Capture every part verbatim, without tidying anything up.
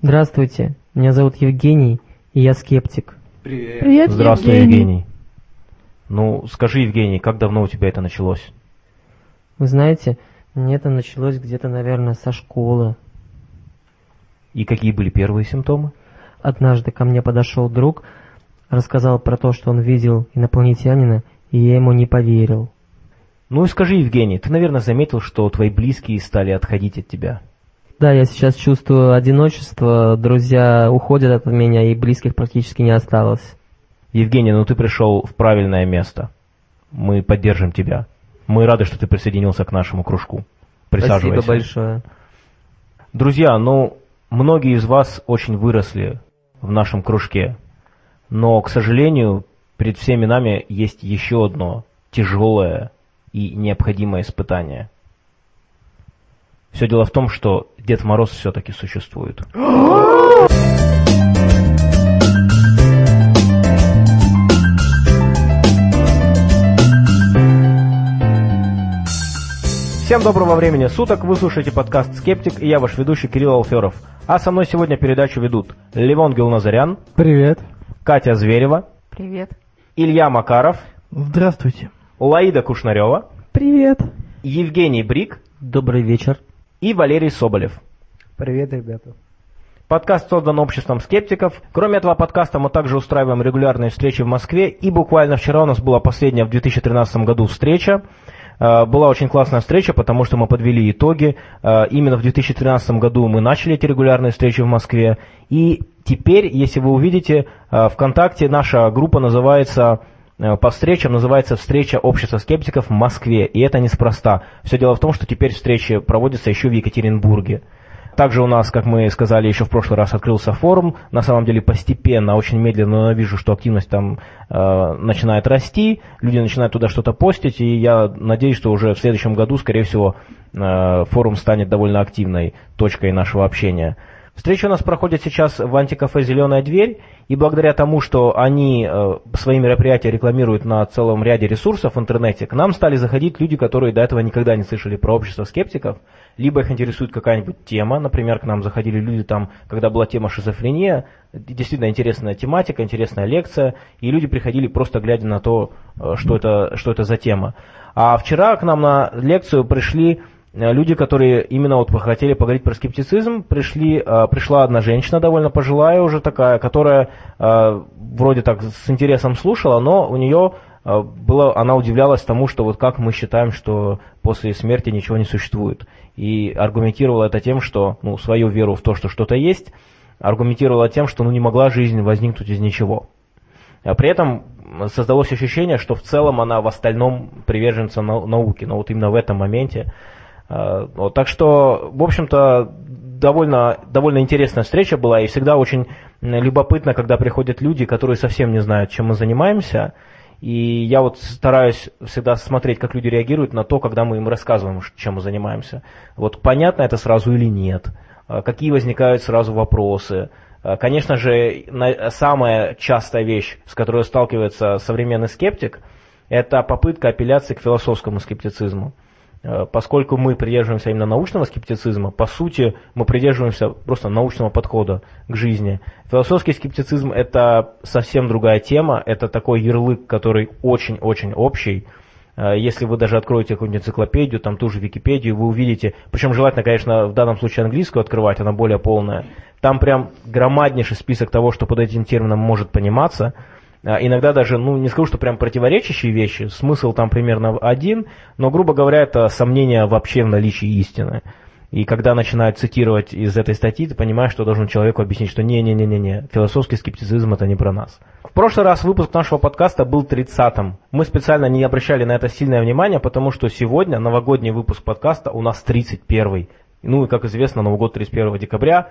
Здравствуйте, меня зовут Евгений, и я скептик. Привет. Привет, Здравствуй, Евгений. Евгений. Ну, скажи, Евгений, как давно у тебя это началось? Вы знаете, мне это началось где-то, наверное, со школы. И какие были первые симптомы? Однажды ко мне подошел друг, рассказал про то, что он видел инопланетянина, и я ему не поверил. Ну и скажи, Евгений, ты, наверное, заметил, что твои близкие стали отходить от тебя? Да, я сейчас чувствую одиночество, друзья уходят от меня, и близких практически не осталось. Евгений, ну ты пришел в правильное место. Мы поддержим тебя. Мы рады, что ты присоединился к нашему кружку. Присаживайся. Спасибо большое. Друзья, ну, многие из вас очень выросли в нашем кружке. Но, к сожалению, перед всеми нами есть еще одно тяжелое и необходимое испытание. Все дело в том, что Дед Мороз все-таки существует. Всем доброго времени суток, вы слушаете подкаст «Скептик», и я ваш ведущий Кирилл Алферов. А со мной сегодня передачу ведут Левон Гилназарян. Привет. Катя Зверева. Привет. Илья Макаров. Здравствуйте. Лаида Кушнарева. Привет. Евгений Брик. Добрый вечер. И Валерий Соболев. Привет, ребята. Подкаст создан обществом скептиков. Кроме этого подкаста мы также устраиваем регулярные встречи в Москве. И буквально вчера у нас была последняя в две тысячи тринадцатом году встреча. Была очень классная встреча, потому что мы подвели итоги. Именно в две тысячи тринадцатом году мы начали эти регулярные встречи в Москве. И теперь, если вы увидите, ВКонтакте наша группа называется... по встречам называется «Встреча общества скептиков в Москве», и это неспроста. Все дело в том, что теперь встречи проводятся еще в Екатеринбурге. Также у нас, как мы сказали еще в прошлый раз, открылся форум. На самом деле постепенно, очень медленно, но вижу, что активность там э, начинает расти, люди начинают туда что-то постить, и я надеюсь, что уже в следующем году, скорее всего, э, форум станет довольно активной точкой нашего общения. Встреча у нас проходит сейчас в антикафе «Зеленая дверь», и благодаря тому, что они э, свои мероприятия рекламируют на целом ряде ресурсов в интернете, к нам стали заходить люди, которые до этого никогда не слышали про общество скептиков, либо их интересует какая-нибудь тема, например, к нам заходили люди там, когда была тема шизофрения, действительно интересная тематика, интересная лекция, и люди приходили просто глядя на то, что это, что это за тема. А вчера к нам на лекцию пришли люди, которые именно вот хотели поговорить про скептицизм. Пришли, э, пришла одна женщина, довольно пожилая уже такая, которая э, вроде так с интересом слушала, но у нее э, было, она удивлялась тому, что вот как мы считаем, что после смерти ничего не существует. И аргументировала это тем, что, ну, свою веру в то, что что-то есть, аргументировала тем, что ну, не могла жизнь возникнуть из ничего. А при этом создалось ощущение, что в целом она в остальном приверженца науки, но вот именно в этом моменте. Вот, так что, в общем-то, довольно, довольно интересная встреча была, и всегда очень любопытно, когда приходят люди, которые совсем не знают, чем мы занимаемся, и я вот стараюсь всегда смотреть, как люди реагируют на то, когда мы им рассказываем, чем мы занимаемся. Вот понятно это сразу или нет, какие возникают сразу вопросы. Конечно же, самая частая вещь, с которой сталкивается современный скептик, это попытка апелляции к философскому скептицизму. Поскольку мы придерживаемся именно научного скептицизма, по сути, мы придерживаемся просто научного подхода к жизни. Философский скептицизм – это совсем другая тема, это такой ярлык, который очень-очень общий. Если вы даже откроете какую-нибудь энциклопедию, там ту же Википедию, вы увидите, причем желательно, конечно, в данном случае английскую открывать, она более полная, там прям громаднейший список того, что под этим термином может пониматься. Иногда даже, ну, не скажу, что прям противоречащие вещи, смысл там примерно один, но, грубо говоря, это сомнение вообще в наличии истины. И когда начинают цитировать из этой статьи, ты понимаешь, что должен человеку объяснить, что не-не-не-не, философский скептицизм это не про нас. В прошлый раз выпуск нашего подкаста был тридцатым. Мы специально не обращали на это сильное внимание, потому что сегодня новогодний выпуск подкаста у нас тридцать первый. Ну и, как известно, Новый год тридцать первого декабря.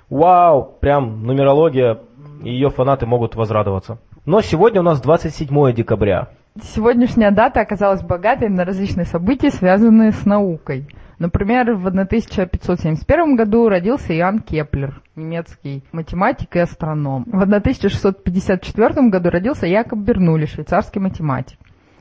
Вау, прям нумерология, и ее фанаты могут возрадоваться. Но сегодня у нас двадцать седьмого декабря. Сегодняшняя дата оказалась богатой на различные события, связанные с наукой. Например, в тысяча пятьсот семьдесят первом году родился Иоганн Кеплер, немецкий математик и астроном. В тысяча шестьсот пятьдесят четвёртом году родился Якоб Бернулли, швейцарский математик.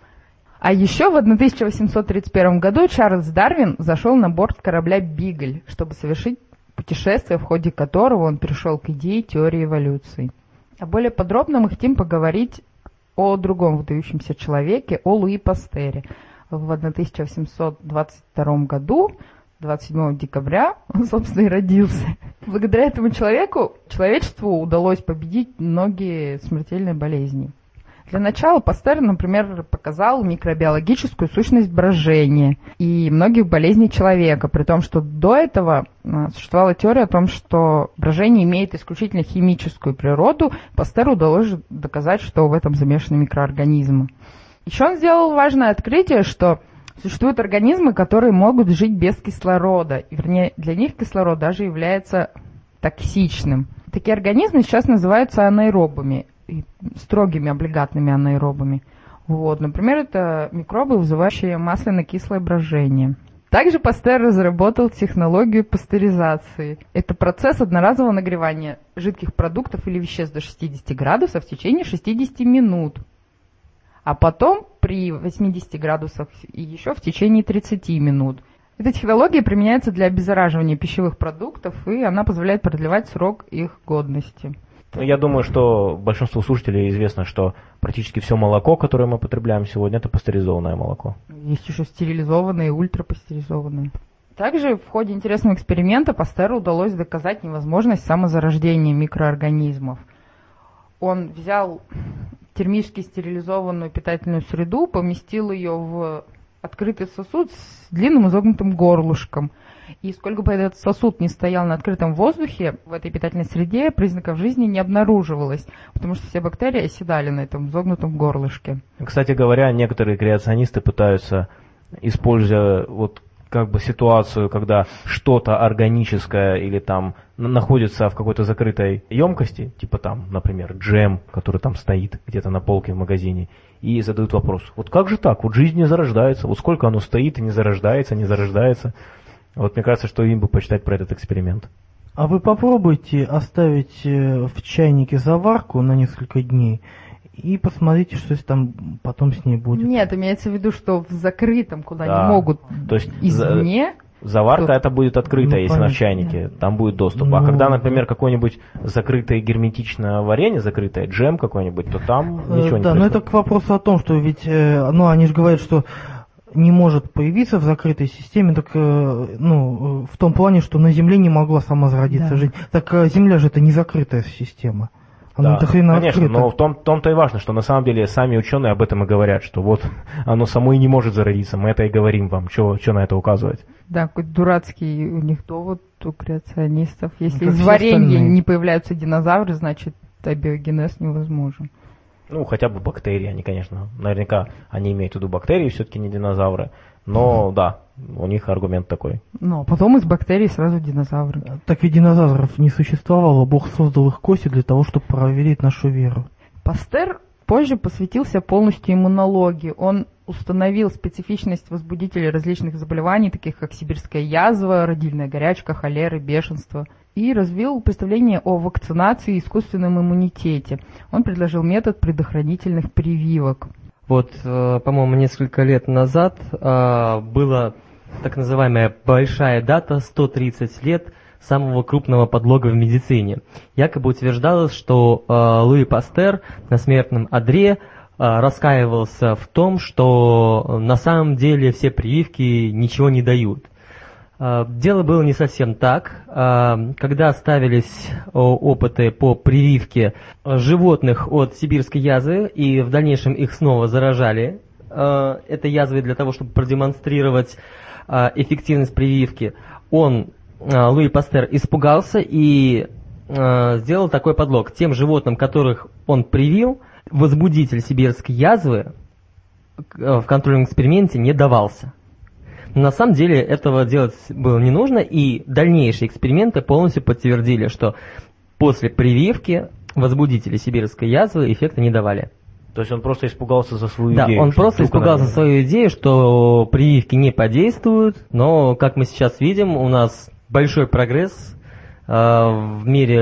А еще в тысяча восемьсот тридцать первом году Чарльз Дарвин зашел на борт корабля «Бигль», чтобы совершить путешествие, в ходе которого он пришел к идее теории эволюции. А более подробно мы хотим поговорить о другом выдающемся человеке, о Луи Пастере. В тысяча восемьсот двадцать втором году, двадцать седьмого декабря, он, собственно, и родился. Благодаря этому человеку человечеству удалось победить многие смертельные болезни. Для начала Пастер, например, показал микробиологическую сущность брожения и многих болезней человека, при том, что до этого существовала теория о том, что брожение имеет исключительно химическую природу. Пастеру удалось доказать, что в этом замешаны микроорганизмы. Еще он сделал важное открытие, что существуют организмы, которые могут жить без кислорода. И, вернее, для них кислород даже является токсичным. Такие организмы сейчас называются анаэробами, строгими облигатными анаэробами. Вот, например, это микробы, вызывающие масляно-кислое брожение. Также Пастер разработал технологию пастеризации. Это процесс одноразового нагревания жидких продуктов или веществ до шестидесяти градусов в течение шестидесяти минут. А потом при восьмидесяти градусах и еще в течение тридцати минут. Эта технология применяется для обеззараживания пищевых продуктов, и она позволяет продлевать срок их годности. Я думаю, что большинству слушателей известно, что практически все молоко, которое мы потребляем сегодня, это пастеризованное молоко. Есть еще стерилизованное и ультрапастеризованное. Также в ходе интересного эксперимента Пастеру удалось доказать невозможность самозарождения микроорганизмов. Он взял термически стерилизованную питательную среду, поместил ее в открытый сосуд с длинным изогнутым горлышком. И сколько бы этот сосуд не стоял на открытом воздухе, в этой питательной среде признаков жизни не обнаруживалось, потому что все бактерии оседали на этом изогнутом горлышке. Кстати говоря, некоторые креационисты пытаются, используя вот как бы ситуацию, когда что-то органическое или там находится в какой-то закрытой емкости, типа там, например, джем, который там стоит где-то на полке в магазине, и задают вопрос, вот как же так, вот жизнь не зарождается, вот сколько оно стоит и не зарождается, не зарождается. Вот мне кажется, что им бы почитать про этот эксперимент. А вы попробуйте оставить в чайнике заварку на несколько дней и посмотрите, что там потом с ней будет. Нет, имеется в виду, что в закрытом, куда да. не могут То есть извне. Заварка то... это будет открытая, ну, если она в чайнике, да. Там будет доступ. Ну, а когда, например, какое-нибудь закрытое герметичное варенье, закрытое джем какой-нибудь, то там ничего э, не да, происходит. Да, но это к вопросу о том, что ведь, э, ну, они же говорят, что не может появиться в закрытой системе, так, ну, в том плане, что на Земле не могла сама зародиться да. жизнь. Так Земля же это не закрытая система. Она да, конечно, открыта. Но в том, том-то и важно, что на самом деле сами ученые об этом и говорят, что вот оно само и не может зародиться, мы это и говорим вам, что на это указывать. Да, какой-то дурацкий у них довод у креационистов. Если ну, из варенья не появляются динозавры, значит абиогенез невозможен. Ну, хотя бы бактерии, они, конечно, наверняка, они имеют в виду бактерии, все-таки не динозавры, но да, у них аргумент такой. Ну, а потом из бактерий сразу динозавры. Так ведь динозавров не существовало, Бог создал их кости для того, чтобы проверить нашу веру. Пастер позже посвятился полностью иммунологии. Он установил специфичность возбудителей различных заболеваний, таких как сибирская язва, родильная горячка, холера, бешенство. И развил представление о вакцинации и искусственном иммунитете. Он предложил метод предохранительных прививок. Вот, э, по-моему, несколько лет назад э, была так называемая большая дата, сто тридцать лет самого крупного подлога в медицине. Якобы утверждалось, что э, Луи Пастер на смертном одре э, раскаивался в том, что на самом деле все прививки ничего не дают. Дело было не совсем так. Когда ставились опыты по прививке животных от сибирской язвы, и в дальнейшем их снова заражали этой язвой для того, чтобы продемонстрировать эффективность прививки, он, Луи Пастер, испугался и сделал такой подлог. Тем животным, которых он привил, возбудитель сибирской язвы в контрольном эксперименте не давался. На самом деле этого делать было не нужно, и дальнейшие эксперименты полностью подтвердили, что после прививки возбудители сибирской язвы эффекта не давали. То есть он просто испугался за свою да, идею? Да, он просто испугался за свою идею, что прививки не подействуют, но, как мы сейчас видим, у нас большой прогресс э, в мире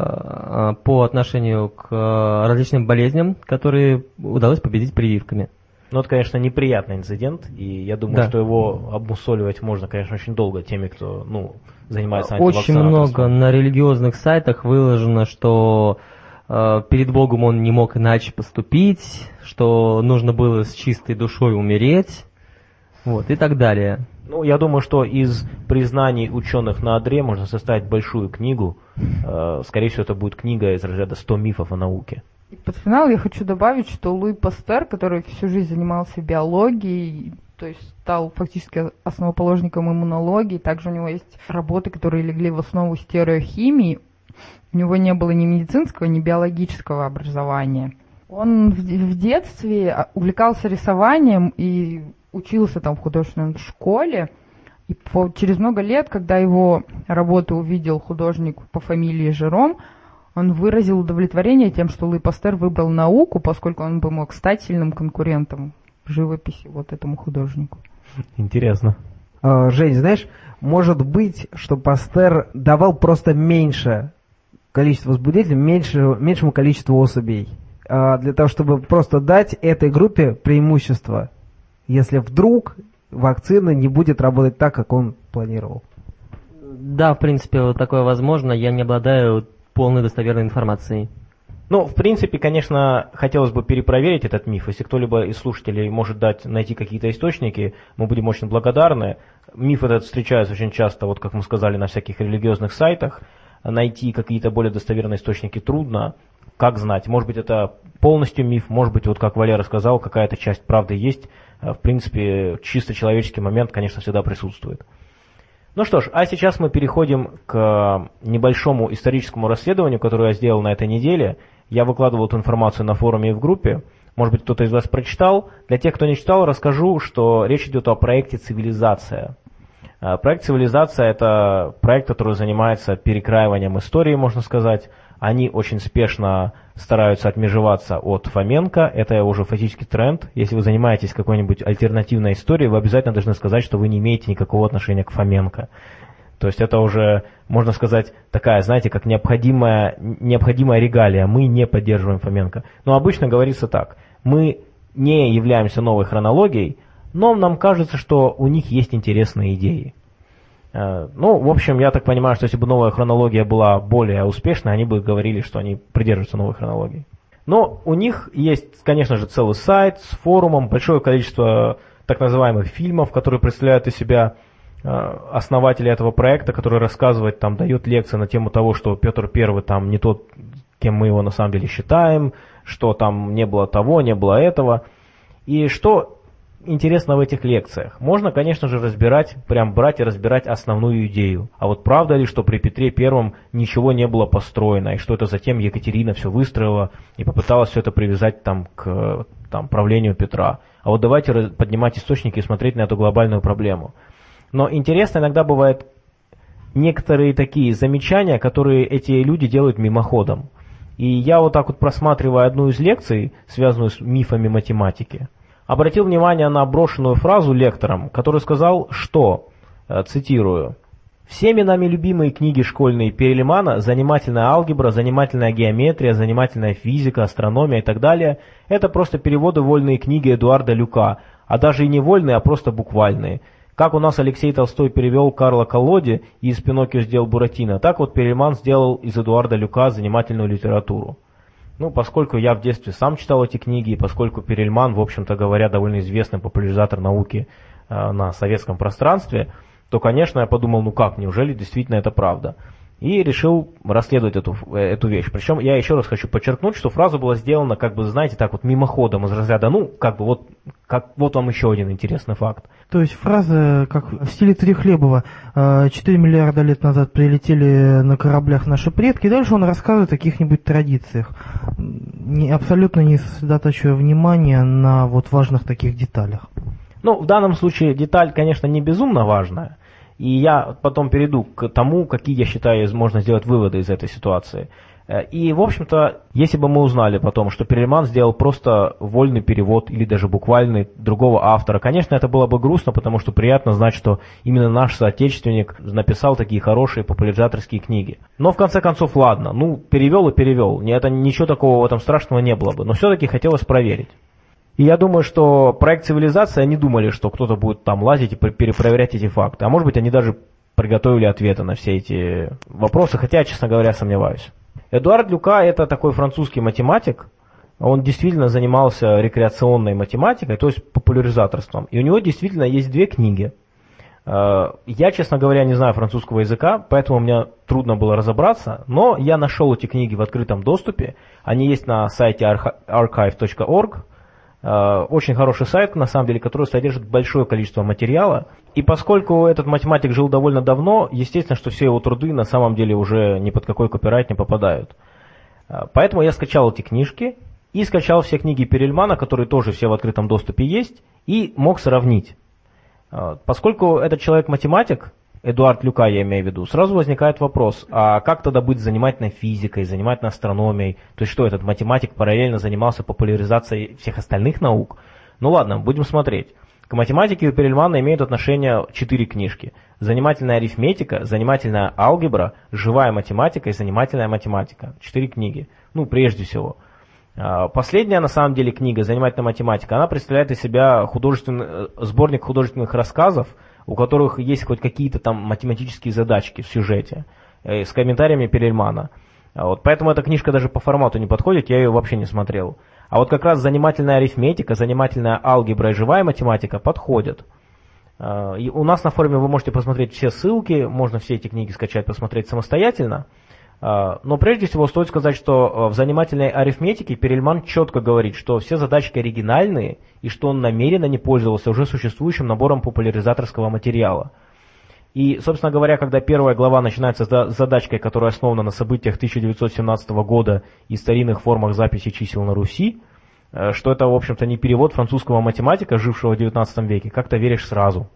э, по отношению к э, различным болезням, которые удалось победить прививками. Ну, это, конечно, неприятный инцидент, и я думаю, Да. что его обмусоливать можно, конечно, очень долго теми, кто, ну, занимается Очень антивакцинаторством. много на религиозных сайтах выложено, что э, перед Богом он не мог иначе поступить, что нужно было с чистой душой умереть, вот, и так далее. Ну, я думаю, что из признаний ученых на одре можно составить большую книгу. Э, скорее всего, это будет книга из разряда сто мифов о науке. И под финал я хочу добавить, что Луи Пастер, который всю жизнь занимался биологией, то есть стал фактически основоположником иммунологии, также у него есть работы, которые легли в основу стереохимии, у него не было ни медицинского, ни биологического образования. Он в, в детстве увлекался рисованием и учился там в художественной школе, и по, через много лет, когда его работы увидел художник по фамилии Жером, он выразил удовлетворение тем, что Луи Пастер выбрал науку, поскольку он бы мог стать сильным конкурентом в живописи вот этому художнику. Интересно. А, Жень, знаешь, может быть, что Пастер давал просто меньше количества возбудителей, меньше, меньшему количеству особей, а, для того, чтобы просто дать этой группе преимущество, если вдруг вакцина не будет работать так, как он планировал. Да, в принципе, вот такое возможно, я не обладаю полной достоверной информацией. Ну, в принципе, конечно, хотелось бы перепроверить этот миф. Если кто-либо из слушателей может дать, найти какие-то источники, мы будем очень благодарны. Миф этот встречается очень часто, вот как мы сказали, на всяких религиозных сайтах. Найти какие-то более достоверные источники трудно. Как знать? Может быть, это полностью миф, может быть, вот как Валера сказал, какая-то часть правды есть. В принципе, чисто человеческий момент, конечно, всегда присутствует. Ну что ж, а сейчас мы переходим к небольшому историческому расследованию, которое я сделал на этой неделе. Я выкладывал эту информацию на форуме и в группе. Может быть, кто-то из вас прочитал. Для тех, кто не читал, расскажу, что речь идет о проекте «Цивилизация». Проект «Цивилизация» — это проект, который занимается перекраиванием истории, можно сказать. Они очень спешно стараются отмежеваться от Фоменко. Это уже фактически тренд. Если вы занимаетесь какой-нибудь альтернативной историей, вы обязательно должны сказать, что вы не имеете никакого отношения к Фоменко. То есть это уже, можно сказать, такая, знаете, как необходимая, необходимая регалия. Мы не поддерживаем Фоменко. Но обычно говорится так. Мы не являемся новой хронологией, но нам кажется, что у них есть интересные идеи. Ну, в общем, я так понимаю, что если бы новая хронология была более успешной, они бы говорили, что они придерживаются новой хронологии. Но у них есть, конечно же, целый сайт с форумом, большое количество так называемых фильмов, которые представляют из себя основателя этого проекта, который рассказывает, там, дает лекции на тему того, что Петр Первый там не тот, кем мы его на самом деле считаем, что там не было того, не было этого. И что интересно в этих лекциях? Можно, конечно же, разбирать, прям брать и разбирать основную идею. А вот правда ли, что при Петре Первом ничего не было построено, и что это затем Екатерина все выстроила и попыталась все это привязать там, к там, правлению Петра? А вот давайте поднимать источники и смотреть на эту глобальную проблему. Но интересно иногда бывает некоторые такие замечания, которые эти люди делают мимоходом. И я вот так вот, просматривая одну из лекций, связанную с мифами математики, обратил внимание на брошенную фразу лектором, который сказал, что, цитирую, «Всеми нами любимые книги школьные Перельмана, занимательная алгебра, занимательная геометрия, занимательная физика, астрономия и так далее, это просто переводы вольные книги Эдуарда Люка, а даже и не вольные, а просто буквальные. Как у нас Алексей Толстой перевел Карла Коллоди и из Пиноккио сделал Буратино, так вот Перельман сделал из Эдуарда Люка занимательную литературу». Ну, поскольку я в детстве сам читал эти книги, и поскольку Перельман, в общем-то говоря, довольно известный популяризатор науки э, на советском пространстве, то, конечно, я подумал, ну как, неужели действительно это правда? И решил расследовать эту, эту вещь. Причем я еще раз хочу подчеркнуть, что фраза была сделана, как бы, знаете, так вот мимоходом из разряда, ну, как бы, вот, как, вот вам еще один интересный факт. То есть фраза, как в стиле Трехлебова, четыре миллиарда лет назад прилетели на кораблях наши предки, и дальше он рассказывает о каких-нибудь традициях, не, абсолютно не сосредотачивая внимания на вот важных таких деталях. Ну, в данном случае деталь, конечно, не безумно важная. И я потом перейду к тому, какие, я считаю, можно сделать выводы из этой ситуации. И, в общем-то, если бы мы узнали потом, что Перельман сделал просто вольный перевод или даже буквальный другого автора, конечно, это было бы грустно, потому что приятно знать, что именно наш соотечественник написал такие хорошие популяризаторские книги. Но, в конце концов, ладно, ну, перевел и перевел. Это, ничего такого в этом страшного не было бы, но все-таки хотелось проверить. И я думаю, что проект «Цивилизация», они думали, что кто-то будет там лазить и перепроверять эти факты. А может быть, они даже приготовили ответы на все эти вопросы, хотя, честно говоря, сомневаюсь. Эдуард Люка – это такой французский математик. Он действительно занимался рекреационной математикой, то есть популяризаторством. И у него действительно есть две книги. Я, честно говоря, не знаю французского языка, поэтому мне трудно было разобраться, но я нашел эти книги в открытом доступе. Они есть на сайте архив точка орг. Очень хороший сайт, на самом деле, который содержит большое количество материала. И поскольку этот математик жил довольно давно, естественно, что все его труды на самом деле уже ни под какой копирайт не попадают. Поэтому я скачал эти книжки и скачал все книги Перельмана, которые тоже все в открытом доступе есть, и мог сравнить. Поскольку этот человек математик, Эдуард Люка я имею в виду, сразу возникает вопрос, а как тогда быть занимательной физикой, занимательной астрономией? То есть что, этот математик параллельно занимался популяризацией всех остальных наук? Ну ладно, будем смотреть. К математике у Перельмана имеют отношение четыре книжки. Занимательная арифметика, занимательная алгебра, живая математика и занимательная математика. Четыре книги. Ну, прежде всего. Последняя, на самом деле, книга «Занимательная математика», она представляет из себя художественный, сборник художественных рассказов, у которых есть хоть какие-то там математические задачки в сюжете, с комментариями Перельмана. Вот, поэтому эта книжка даже по формату не подходит, я ее вообще не смотрел. А вот как раз занимательная арифметика, занимательная алгебра и живая математика подходят. И у нас на форуме вы можете посмотреть все ссылки, можно все эти книги скачать, посмотреть самостоятельно. Но прежде всего стоит сказать, что в занимательной арифметике Перельман четко говорит, что все задачки оригинальные и что он намеренно не пользовался уже существующим набором популяризаторского материала. И, собственно говоря, когда первая глава начинается с задачкой, которая основана на событиях тысяча девятьсот семнадцатого года и старинных формах записи чисел на Руси, что это, в общем-то, не перевод французского математика, жившего в девятнадцатом веке, как-то веришь сразу.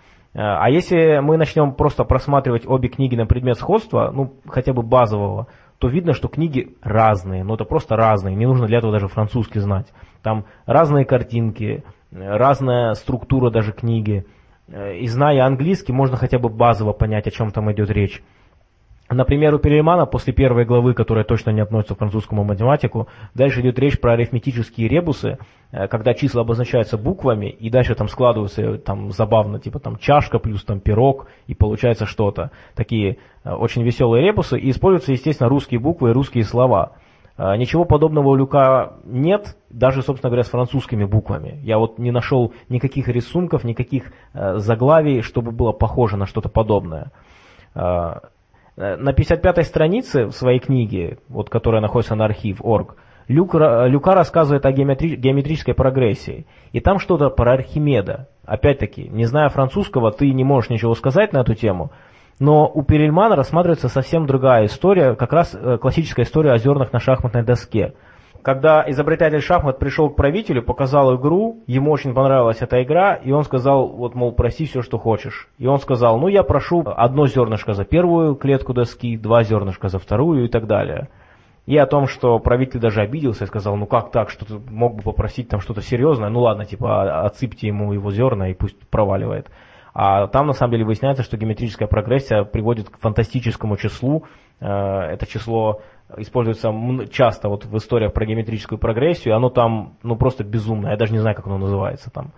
А если мы начнем просто просматривать обе книги на предмет сходства, ну, хотя бы базового, то видно, что книги разные, ну, это просто разные, не нужно для этого даже французский знать. Там разные картинки, разная структура даже книги. И зная английский, можно хотя бы базово понять, о чем там идет речь. Например, у Перельмана после первой главы, которая точно не относится к французскому математику, дальше идет речь про арифметические ребусы, когда числа обозначаются буквами, и дальше там складываются там забавно, типа там чашка плюс там пирог, и получается что-то. Такие очень веселые ребусы, и используются, естественно, русские буквы и русские слова. Ничего подобного у Люка нет, даже, собственно говоря, с французскими буквами. Я вот не нашел никаких рисунков, никаких заглавий, чтобы было похоже на что-то подобное. На пятьдесят пятой странице в своей книге, вот, которая находится на архив точка орг, Люк, Люка рассказывает о геометри, геометрической прогрессии. И там что-то про Архимеда. Опять-таки, не зная французского, ты не можешь ничего сказать на эту тему. Но у Перельмана рассматривается совсем другая история, как раз классическая история о зернах на шахматной доске. Когда изобретатель шахмат пришел к правителю, показал игру, ему очень понравилась эта игра, и он сказал, вот, мол, проси все, что хочешь. И он сказал, ну, я прошу одно зернышко за первую клетку доски, два зернышка за вторую и так далее. И о том, что правитель даже обиделся и сказал, ну, как так, что ты мог бы попросить там что-то серьезное, ну, ладно, типа, отсыпьте ему его зерна и пусть проваливает. А там, на самом деле, выясняется, что геометрическая прогрессия приводит к фантастическому числу. Это число используется часто вот в историях про геометрическую прогрессию. Оно там, ну, просто безумное. Я даже не знаю, как оно называется там.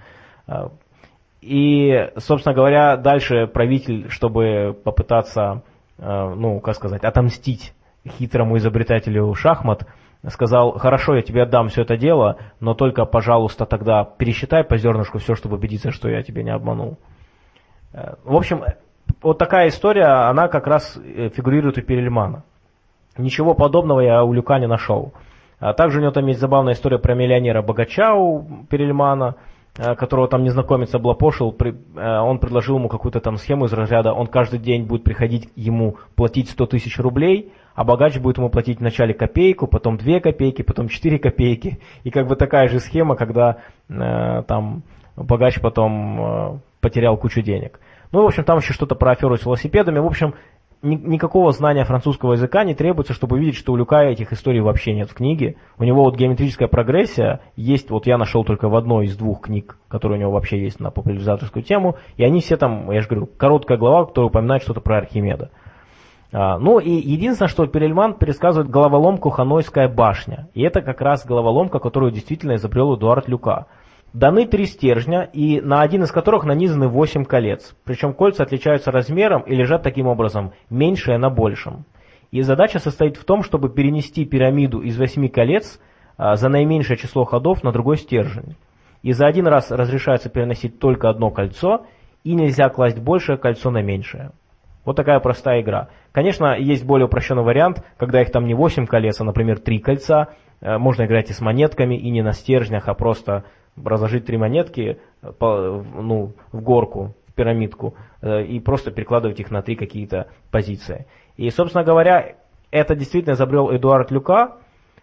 И, собственно говоря, дальше правитель, чтобы попытаться, ну, как сказать, отомстить хитрому изобретателю шахмат, сказал, хорошо, я тебе отдам все это дело, но только, пожалуйста, тогда пересчитай по зернышку все, чтобы убедиться, что я тебя не обманул. В общем, вот такая история, она как раз фигурирует у Перельмана. Ничего подобного я у Люка не нашел. А также у него там есть забавная история про миллионера-богача у Перельмана, которого там незнакомец облапошил. Он предложил ему какую-то там схему из разряда, он каждый день будет приходить ему платить сто тысяч рублей, а богач будет ему платить вначале копейку, потом две копейки, потом четыре копейки. И как бы такая же схема, когда э, там богач потом э, потерял кучу денег. Ну, в общем, там еще что-то про аферу с велосипедами. В общем, ни, никакого знания французского языка не требуется, чтобы увидеть, что у Люка этих историй вообще нет в книге. У него вот геометрическая прогрессия есть, вот я нашел только в одной из двух книг, которые у него вообще есть на популяризаторскую тему. И они все там, я же говорю, короткая глава, которая упоминает что-то про Архимеда. А, ну и единственное, что Перельман пересказывает головоломку «Ханойская башня». И это как раз головоломка, которую действительно изобрел Эдуард Люка. Даны три стержня, и на один из которых нанизаны восемь колец. Причем кольца отличаются размером и лежат таким образом, меньшее на большем. И задача состоит в том, чтобы перенести пирамиду из восьми колец а, за наименьшее число ходов на другой стержень. И за один раз разрешается переносить только одно кольцо, и нельзя класть большее кольцо на меньшее. Вот такая простая игра. Конечно, есть более упрощенный вариант, когда их там не восемь колец, а, например, три кольца. Можно играть и с монетками, и не на стержнях, а просто разложить три монетки по, ну, в горку, в пирамидку, и просто перекладывать их на три какие-то позиции. И, собственно говоря, это действительно изобрел Эдуард Люка,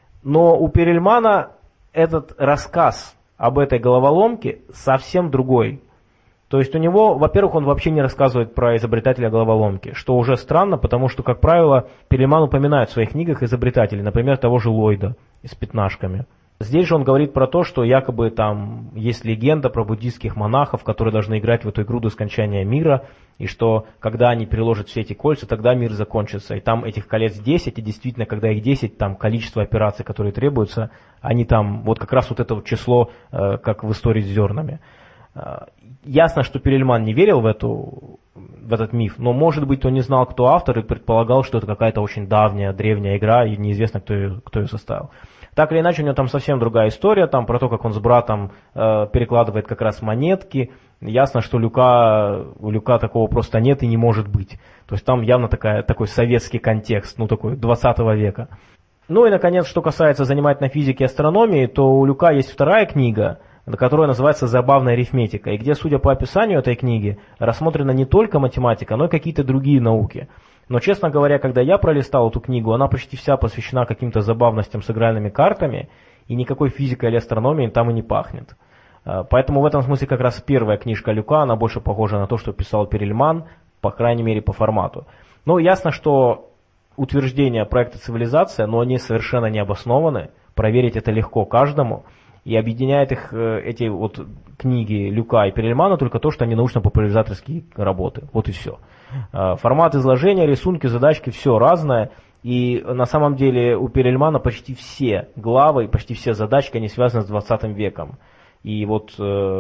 но у Перельмана этот рассказ об этой головоломке совсем другой. То есть у него, во-первых, он вообще не рассказывает про изобретателя головоломки, что уже странно, потому что, как правило, Перельман упоминает в своих книгах изобретателей, например, того же Ллойда с пятнашками. Здесь же он говорит про то, что якобы там есть легенда про буддийских монахов, которые должны играть в эту игру до скончания мира, и что когда они переложат все эти кольца, тогда мир закончится. И там этих колец десять, и действительно, когда их десять, там количество операций, которые требуются, они там, вот как раз вот это вот число, э, как в истории с зернами. Э, ясно, что Перельман не верил в, эту, в этот миф, но, может быть, он не знал, кто автор, и предполагал, что это какая-то очень давняя, древняя игра, и неизвестно, кто ее, кто ее составил. Так или иначе, у него там совсем другая история, там про то, как он с братом э, перекладывает как раз монетки. Ясно, что Люка, у Люка такого просто нет и не может быть. То есть там явно такая, такой советский контекст, ну такой двадцатого века. Ну и, наконец, что касается занимательной физики и астрономии, то у Люка есть вторая книга, которая называется «Забавная арифметика», и где, судя по описанию этой книги, рассмотрена не только математика, но и какие-то другие науки. Но, честно говоря, когда я пролистал эту книгу, она почти вся посвящена каким-то забавностям с игральными картами, и никакой физикой или астрономией там и не пахнет. Поэтому в этом смысле как раз первая книжка Люка, она больше похожа на то, что писал Перельман, по крайней мере по формату. Но ясно, что утверждения проекта «Цивилизация», но они совершенно не обоснованы, проверить это легко каждому, и объединяет их эти вот книги Люка и Перельмана только то, что они научно-популяризаторские работы. Вот и все. Формат изложения, рисунки, задачки, все разное. И на самом деле у Перельмана почти все главы, почти все задачки, они связаны с двадцатым веком. И вот,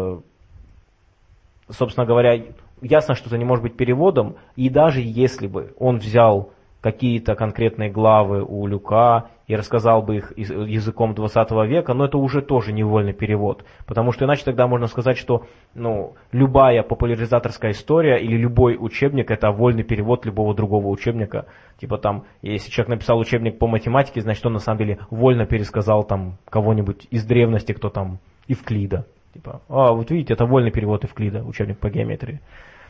собственно говоря, ясно, что это не может быть переводом. И даже если бы он взял какие-то конкретные главы у Люка и рассказал бы их языком двадцатого века, но это уже тоже невольный перевод. Потому что иначе тогда можно сказать, что ну, любая популяризаторская история или любой учебник – это вольный перевод любого другого учебника. Типа там, если человек написал учебник по математике, значит он на самом деле вольно пересказал там кого-нибудь из древности, кто там Евклида. Типа, а вот видите, это вольный перевод Евклида, учебник по геометрии.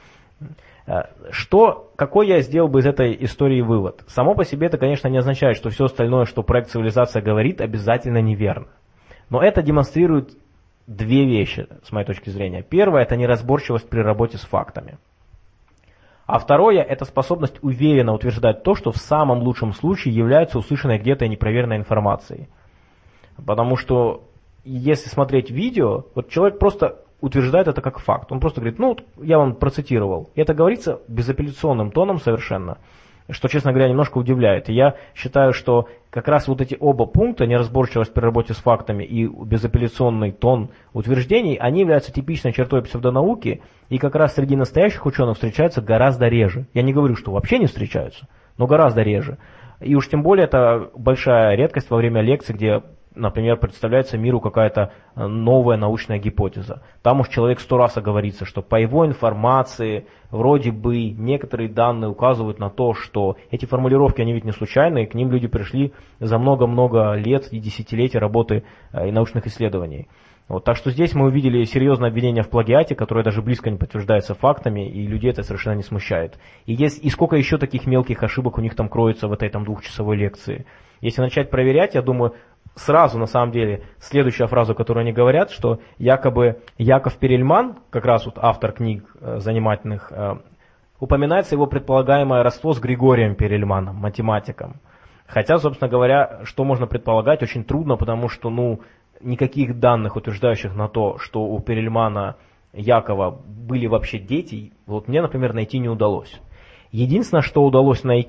Что, какой я сделал бы из этой истории вывод? Само по себе это, конечно, не означает, что все остальное, что проект «Цивилизация» говорит, обязательно неверно. Но это демонстрирует две вещи, с моей точки зрения. Первое – это неразборчивость при работе с фактами. А второе – это способность уверенно утверждать то, что в самом лучшем случае является услышанной где-то непроверенной информацией. Потому что, если смотреть видео, вот человек просто утверждает это как факт. Он просто говорит, ну, я вам процитировал. И это говорится безапелляционным тоном совершенно, что, честно говоря, немножко удивляет. И я считаю, что как раз вот эти оба пункта, неразборчивость при работе с фактами и безапелляционный тон утверждений, они являются типичной чертой псевдонауки, и как раз среди настоящих ученых встречаются гораздо реже. Я не говорю, что вообще не встречаются, но гораздо реже. И уж тем более это большая редкость во время лекций, где, например, представляется миру какая-то новая научная гипотеза. Там уж человек сто раз оговорится, что по его информации вроде бы некоторые данные указывают на то, что эти формулировки, они ведь не случайные, к ним люди пришли за много-много лет и десятилетий работы и научных исследований. Вот, так что здесь мы увидели серьезное обвинение в плагиате, которое даже близко не подтверждается фактами, и людей это совершенно не смущает. И, есть, и сколько еще таких мелких ошибок у них там кроется в этой там двухчасовой лекции. Если начать проверять, я думаю, сразу, на самом деле, следующая фраза, которую они говорят, что якобы Яков Перельман, как раз вот автор книг э, занимательных, э, упоминается его предполагаемое родство с Григорием Перельманом, математиком. Хотя, собственно говоря, что можно предполагать, очень трудно, потому что, ну, никаких данных, утверждающих на то, что у Перельмана Якова были вообще дети, вот мне, например, найти не удалось. Единственное, что удалось найти,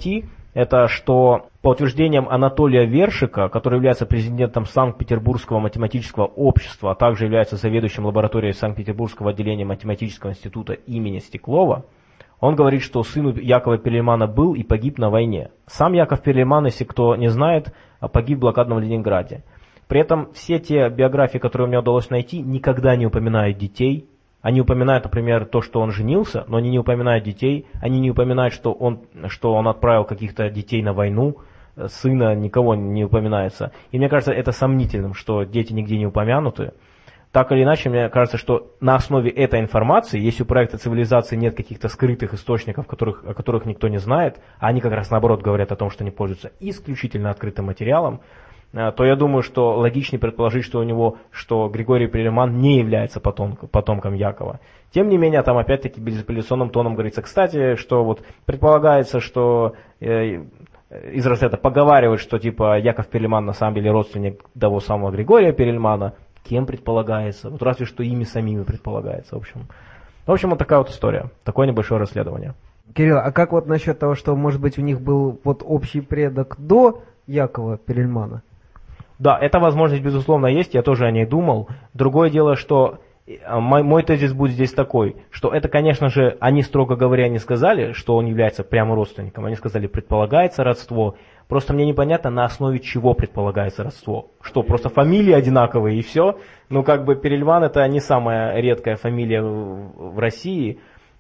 это что, по утверждениям Анатолия Вершика, который является президентом Санкт-Петербургского математического общества, а также является заведующим лабораторией Санкт-Петербургского отделения Математического института имени Стеклова, он говорит, что сын у Якова Перлельмана был и погиб на войне. Сам Яков Перлельман, если кто не знает, погиб в блокадном Ленинграде. При этом все те биографии, которые мне удалось найти, никогда не упоминают детей. Они упоминают, например, то, что он женился, но они не упоминают детей. Они не упоминают, что он, что он отправил каких-то детей на войну. Сына никого не упоминается. И мне кажется, это сомнительным, что дети нигде не упомянуты. Так или иначе, мне кажется, что на основе этой информации, если у проекта цивилизации нет каких-то скрытых источников, которых, о которых никто не знает, а они как раз наоборот говорят о том, что они пользуются исключительно открытым материалом, то я думаю, что логичнее предположить, что у него, что Григорий Перлельман не является потомком, потомком Якова. Тем не менее, там опять-таки безапелляционным тоном говорится, кстати, что вот предполагается, что э, из разряда поговаривают, что типа Яков Перлельман на самом деле родственник того самого Григория Перлельмана. Кем предполагается? Вот разве что ими самими предполагается. В общем, в общем, вот такая вот история. Такое небольшое расследование. Кирилл, а как вот насчет того, что, может быть, у них был вот общий предок до Якова Перлельмана? Да, эта возможность, безусловно, есть. Я тоже о ней думал. Другое дело, что мой, мой тезис будет здесь такой, что это, конечно же, они, строго говоря, не сказали, что он является прямо родственником. Они сказали, предполагается родство. Просто мне непонятно, на основе чего предполагается родство. Что, просто фамилии одинаковые и все? Ну, как бы Перлельман это не самая редкая фамилия в России,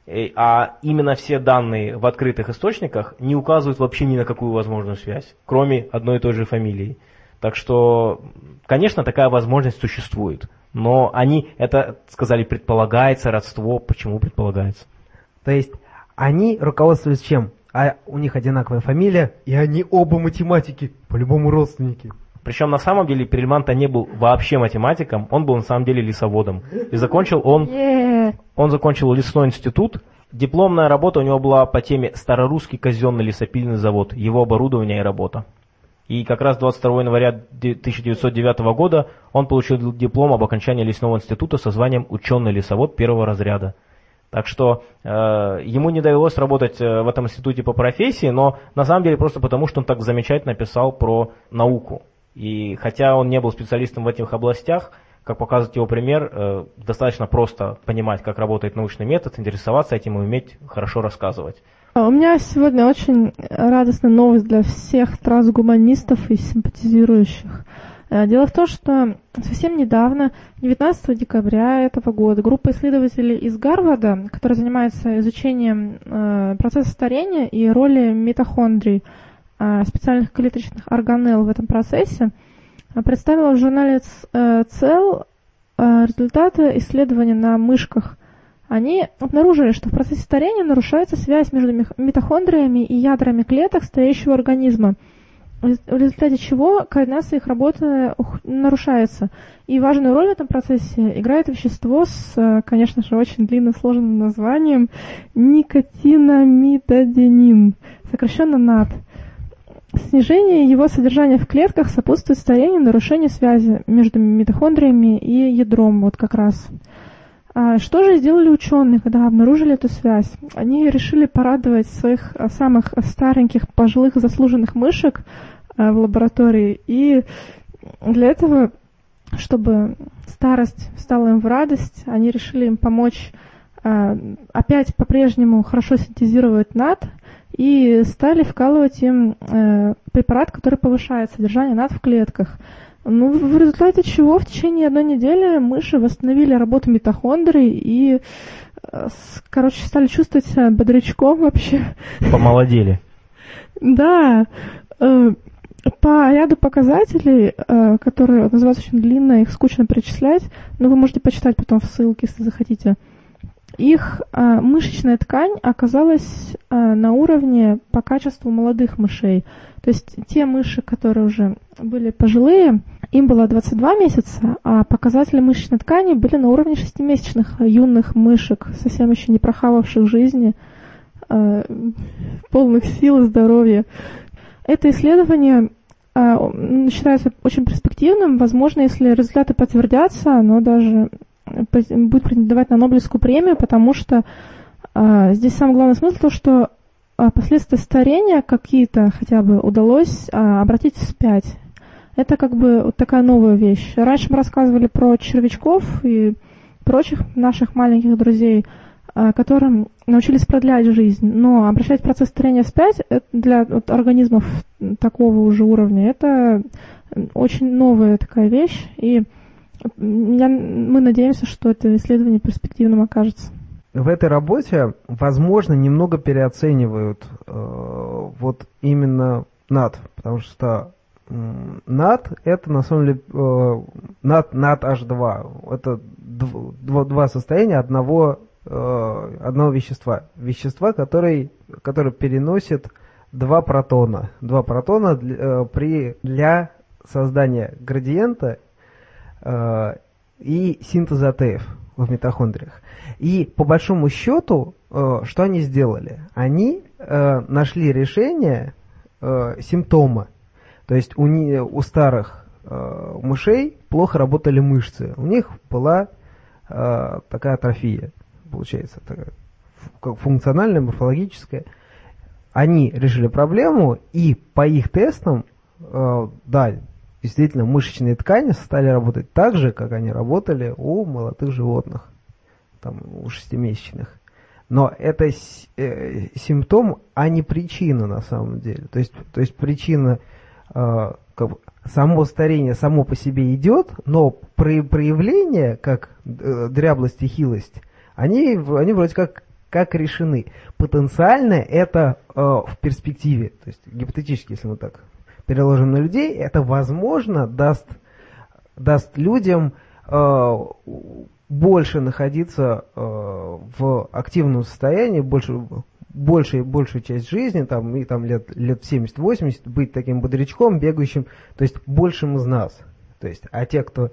а именно все данные в открытых источниках не указывают вообще ни на какую возможную связь, кроме одной и той же фамилии. Так что, конечно, такая возможность существует. Но они это сказали, предполагается родство. Почему предполагается? То есть они руководствуются чем? А у них одинаковая фамилия, и они оба математики, по-любому родственники. Причем на самом деле Перлельман-то не был вообще математиком, он был на самом деле лесоводом. И закончил он, yeah. он закончил лесной институт. Дипломная работа у него была по теме «Старорусский казенный лесопильный завод», его оборудование и работа. И как раз двадцать второго января тысяча девятьсот девятого года он получил диплом об окончании лесного института со званием «Ученый лесовод первого разряда». Так что э, ему не довелось работать в этом институте по профессии, но на самом деле просто потому, что он так замечательно писал про науку. И хотя он не был специалистом в этих областях, как показывает его пример, э, достаточно просто понимать, как работает научный метод, интересоваться этим и уметь хорошо рассказывать. У меня сегодня очень радостная новость для всех трансгуманистов и симпатизирующих. Дело в том, что совсем недавно, девятнадцатого декабря этого года, группа исследователей из Гарварда, которая занимается изучением э, процесса старения и роли митохондрий, э, специальных клеточных органелл в этом процессе, э, представила в журнале Cell э, результаты исследования на мышках. Они обнаружили, что в процессе старения нарушается связь между митохондриями и ядрами клеток стареющего организма, в результате чего координация их работы нарушается. И важную роль в этом процессе играет вещество с, конечно же, очень длинно сложным названием никотинамидоденин, сокращенно НАД. Снижение его содержания в клетках сопутствует старению и нарушению связи между митохондриями и ядром, вот как раз. А что же сделали ученые, когда обнаружили эту связь? Они решили порадовать своих самых стареньких, пожилых, заслуженных мышек в лаборатории. И для этого, чтобы старость стала им в радость, они решили им помочь опять по-прежнему хорошо синтезировать НАД и стали вкалывать им препарат, который повышает содержание НАД в клетках. Ну, в результате чего в течение одной недели мыши восстановили работу митохондрий и, короче, стали чувствовать себя бодрячком вообще. Помолодели. Да. По ряду показателей, которые называются очень длинно, их скучно перечислять, но вы можете почитать потом в ссылке, если захотите. Их мышечная ткань оказалась на уровне по качеству молодых мышей. То есть те мыши, которые уже были пожилые, им было двадцать два месяца, а показатели мышечной ткани были на уровне шестимесячных юных мышек, совсем еще не прохававших жизни, э, полных сил и здоровья. Это исследование э, считается очень перспективным. Возможно, если результаты подтвердятся, оно даже будет претендовать на Нобелевскую премию, потому что э, здесь самый главный смысл то, что последствия старения какие-то хотя бы удалось а, обратить вспять. Это как бы вот такая новая вещь. Раньше мы рассказывали про червячков и прочих наших маленьких друзей, а, которым научились продлять жизнь. Но обращать процесс старения вспять для вот, организмов такого уже уровня, это очень новая такая вещь. И я, мы надеемся, что это исследование перспективным окажется. В этой работе, возможно, немного переоценивают э, вот именно НАД, потому что э, НАД это на самом деле э, НАД, НАД эйч два, это дв, два состояния одного, э, одного вещества, вещества, который, который переносит два протона, два протона для, э, при, для создания градиента э, и синтеза эй ти эф в митохондриях. И по большому счету, э, что они сделали? Они э, нашли решение э, симптома. То есть у, не, у старых э, мышей плохо работали мышцы. У них была э, такая атрофия, получается, такая, как функциональная, морфологическая. Они решили проблему, и по их тестам, э, да, действительно, мышечные ткани стали работать так же, как они работали у молодых животных, там, у шестимесячных. Но это э, симптом, а не причина на самом деле. То есть, то есть причина, э, как бы, само старение само по себе идет, но про, проявления, как э, дряблость и хилость, они, они вроде как, как решены. Потенциально это э, в перспективе, то есть гипотетически, если мы так переложим на людей, это, возможно, даст, даст людям э, больше находиться э, в активном состоянии, больше, больше, большую часть жизни, там, и там лет, лет семьдесят-восемьдесят, быть таким бодрячком, бегающим, то есть большим из нас. То есть, а те, кто, э,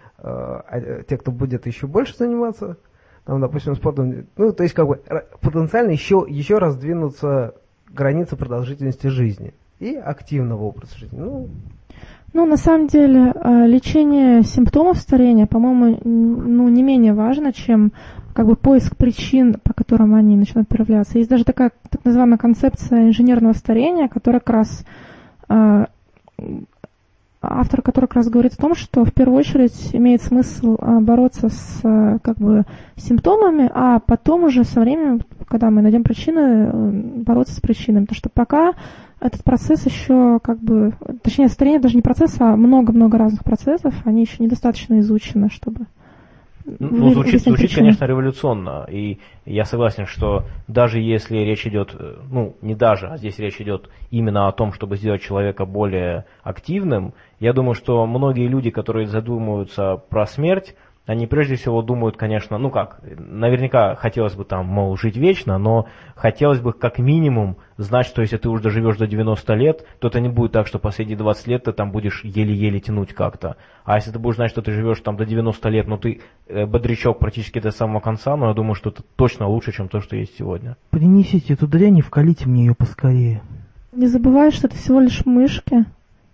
а те, кто будет еще больше заниматься, там, допустим, спортом, ну, то есть, как бы, потенциально еще, еще раздвинутся границы продолжительности жизни и активного образа жизни. Ну, ну, на самом деле, лечение симптомов старения, по-моему, ну, не менее важно, чем как бы поиск причин, по которым они начинают проявляться. Есть даже такая так называемая концепция инженерного старения, которая как раз автор, который как раз говорит о том, что в первую очередь имеет смысл бороться с как бы симптомами, а потом уже со временем, когда мы найдем причины, бороться с причинами. Потому что пока этот процесс еще как бы, точнее, старение даже не процесс, а много-много разных процессов, они еще недостаточно изучены, чтобы... Ну, звучит, звучит, конечно, революционно, и я согласен, что даже если речь идет, ну, не даже, а здесь речь идет именно о том, чтобы сделать человека более активным, я думаю, что многие люди, которые задумываются про смерть, они прежде всего думают, конечно, ну как, наверняка хотелось бы там, мол, жить вечно, но хотелось бы как минимум знать, что если ты уже доживешь до девяноста лет, то это не будет так, что последние двадцать лет ты там будешь еле-еле тянуть как-то. А если ты будешь знать, что ты живешь там до девяноста лет, но ты э, бодрячок практически до самого конца, но я думаю, что это точно лучше, чем то, что есть сегодня. Принесите эту дрянь и вкалите мне ее поскорее. Не забывай, что это всего лишь мышки.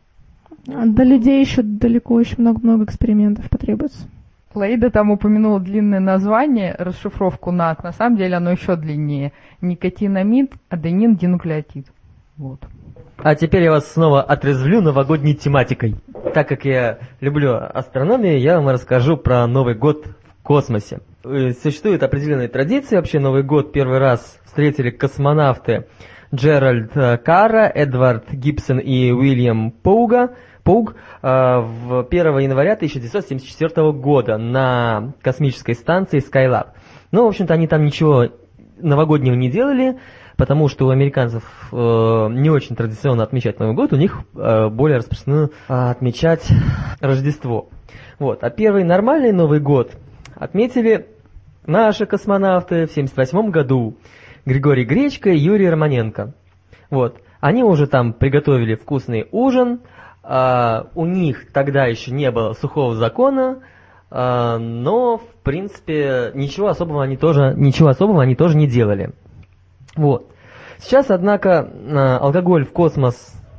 До людей еще далеко, еще много-много экспериментов потребуется. Лаида там упомянула длинное название, расшифровку НАД. На самом деле оно еще длиннее. Никотинамид, аденин, динуклеотид. Вот. А теперь я вас снова отрезвлю новогодней тематикой. Так как я люблю астрономию, я вам расскажу про Новый год в космосе. Существует определенная традиция. Вообще Новый год первый раз встретили космонавты Джеральд Карра, Эдвард Гибсон и Уильям Поуга. Паук в первого января тысяча девятьсот семьдесят четвёртого года на космической станции Skylab. Ну, в общем-то, они там ничего новогоднего не делали, потому что у американцев э, не очень традиционно отмечать Новый год, у них э, более распространено э, отмечать Рождество. Вот. А первый нормальный Новый год отметили наши космонавты в семьдесят восьмом году. Григорий Гречко и Юрий Романенко. Вот. Они уже там приготовили вкусный ужин. Uh, у них тогда еще не было сухого закона, uh, но в принципе ничего особого они тоже ничего особого они тоже не делали. Вот. Сейчас, однако, uh, алкоголь в космос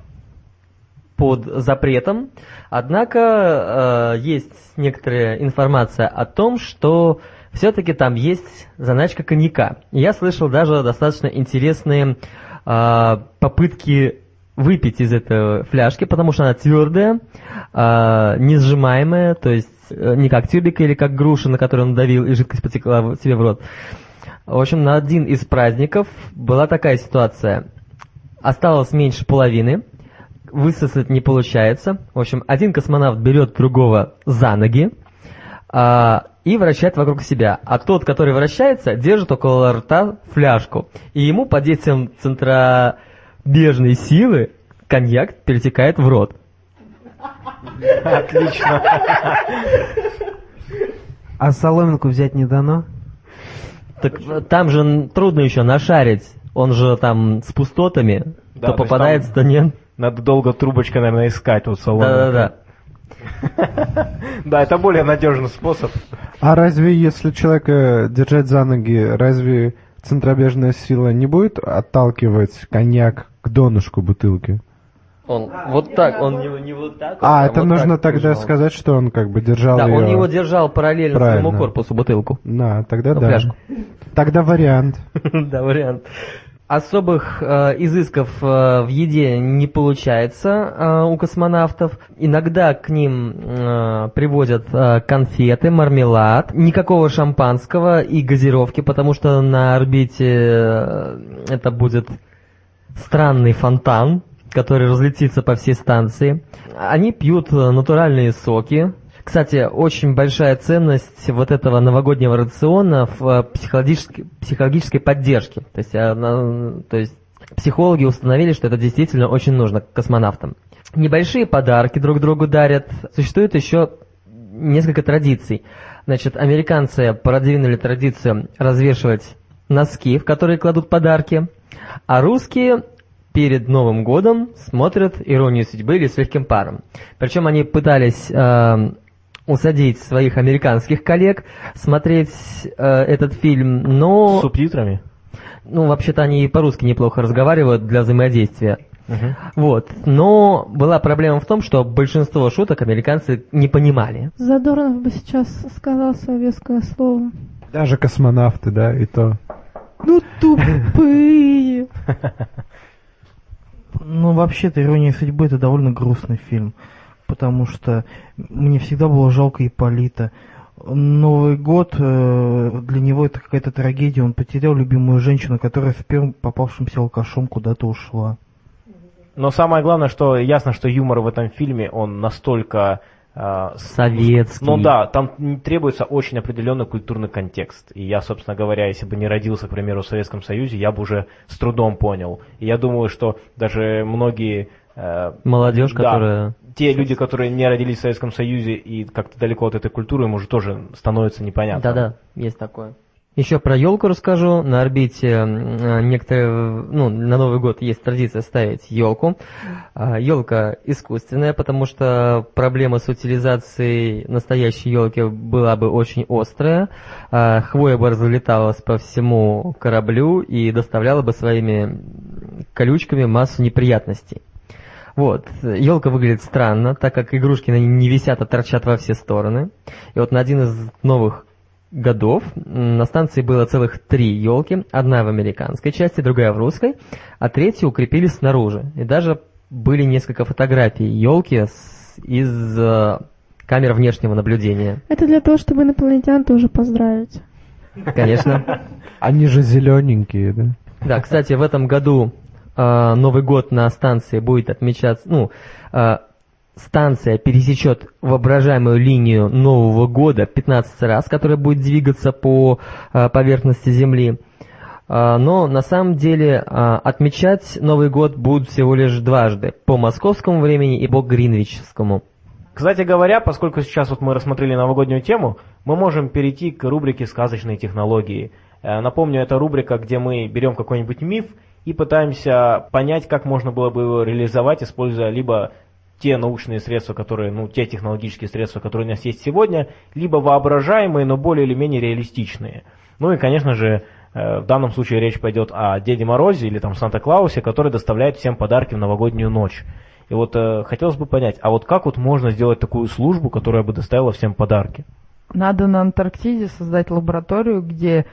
под запретом, однако uh, есть некоторая информация о том, что все-таки там есть заначка коньяка. Я слышал даже достаточно интересные а, попытки выпить из этой фляжки, потому что она твердая, а, не сжимаемая, то есть не как тюбик или как груша, на которую он давил, и жидкость потекла себе в рот. В общем, на один из праздников была такая ситуация. Осталось меньше половины, высосать не получается. В общем, один космонавт берет другого за ноги а, и вращает вокруг себя. А тот, который вращается, держит около рта фляжку. И ему под действием центробежной силы коньяк перетекает в рот. Отлично. А соломинку взять не дано? Так там же трудно еще нашарить. Он же там с пустотами. Да, то то есть попадается, то нет. Надо долго трубочкой, наверное, искать вот соломинку. Да-да-да. Да, это более надежный способ. А разве если человека держать за ноги, разве центробежная сила не будет отталкивать коньяк к донышку бутылки? Он вот так, он не, не вот так. А, он это вот нужно так тогда держал. сказать, что он как бы держал Да, ее... он его держал параллельно Правильно. своему корпусу, бутылку. Да, тогда Ну, да. фляжку. Тогда вариант. Да, вариант. Особых э, изысков э, в еде не получается э, у космонавтов. Иногда к ним э, привозят э, конфеты, мармелад, никакого шампанского и газировки, потому что на орбите э, это будет странный фонтан, который разлетится по всей станции. Они пьют натуральные соки. Кстати, очень большая ценность вот этого новогоднего рациона в психологической, психологической поддержке. То есть, она, то есть психологи установили, что это действительно очень нужно космонавтам. Небольшие подарки друг другу дарят. Существует еще несколько традиций. Значит, американцы продвинули традицию развешивать носки, в которые кладут подарки, а русские перед Новым годом смотрят «Иронию судьбы» или «С легким паром». Причем они пытались э, усадить своих американских коллег смотреть э, этот фильм, но... С субтитрами? Ну, вообще-то они и по-русски неплохо разговаривают для взаимодействия. Угу. Вот. Но была проблема в том, что большинство шуток американцы не понимали. Задорнов бы сейчас сказал советское слово. Даже космонавты, да, и то. Ну, тупые. Ну, вообще-то «Ирония судьбы» — это довольно грустный фильм, потому что мне всегда было жалко Ипполита. Новый год э, для него это какая-то трагедия. Он потерял любимую женщину, которая с первым попавшимся алкашом куда-то ушла. Но самое главное, что ясно, что юмор в этом фильме, он настолько... Э, Советский. Ну да, там требуется очень определенный культурный контекст. И я, собственно говоря, если бы не родился, к примеру, в Советском Союзе, я бы уже с трудом понял. И я думаю, что даже многие... Э, Молодежь, да, которая... те люди, которые не родились в Советском Союзе и как-то далеко от этой культуры, им уже тоже становится непонятно. Да-да, есть такое. Еще про елку расскажу. На орбите э, некоторые, ну, на Новый год есть традиция ставить елку. Э, елка искусственная, потому что проблема с утилизацией настоящей елки была бы очень острая. Э, хвоя бы разлеталась по всему кораблю и доставляла бы своими колючками массу неприятностей. Вот. Елка выглядит странно, так как игрушки на ней не висят, а торчат во все стороны. И вот на один из новых годов на станции было целых три елки. Одна в американской части, другая в русской, а третью укрепили снаружи. И даже были несколько фотографий елки с, из э, камер внешнего наблюдения. Это для того, чтобы инопланетян тоже поздравить. Конечно. Они же зелененькие, да? Да, кстати, в этом году э, Новый год на станции будет отмечаться, ну, э, станция пересечет воображаемую линию Нового года пятнадцать раз, которая будет двигаться по э, поверхности Земли. Э, но на самом деле э, отмечать Новый год будут всего лишь дважды, по московскому времени и по гринвичскому. Кстати говоря, поскольку сейчас вот мы рассмотрели новогоднюю тему, мы можем перейти к рубрике «Сказочные технологии». Э, напомню, это рубрика, где мы берем какой-нибудь миф и пытаемся понять, как можно было бы его реализовать, используя либо те научные средства, которые, ну, те технологические средства, которые у нас есть сегодня, либо воображаемые, но более или менее реалистичные. Ну и, конечно же, в данном случае речь пойдет о Деде Морозе или там Санта-Клаусе, который доставляет всем подарки в новогоднюю ночь. И вот э, хотелось бы понять, а вот как вот можно сделать такую службу, которая бы доставила всем подарки? Надо на Антарктиде создать лабораторию, где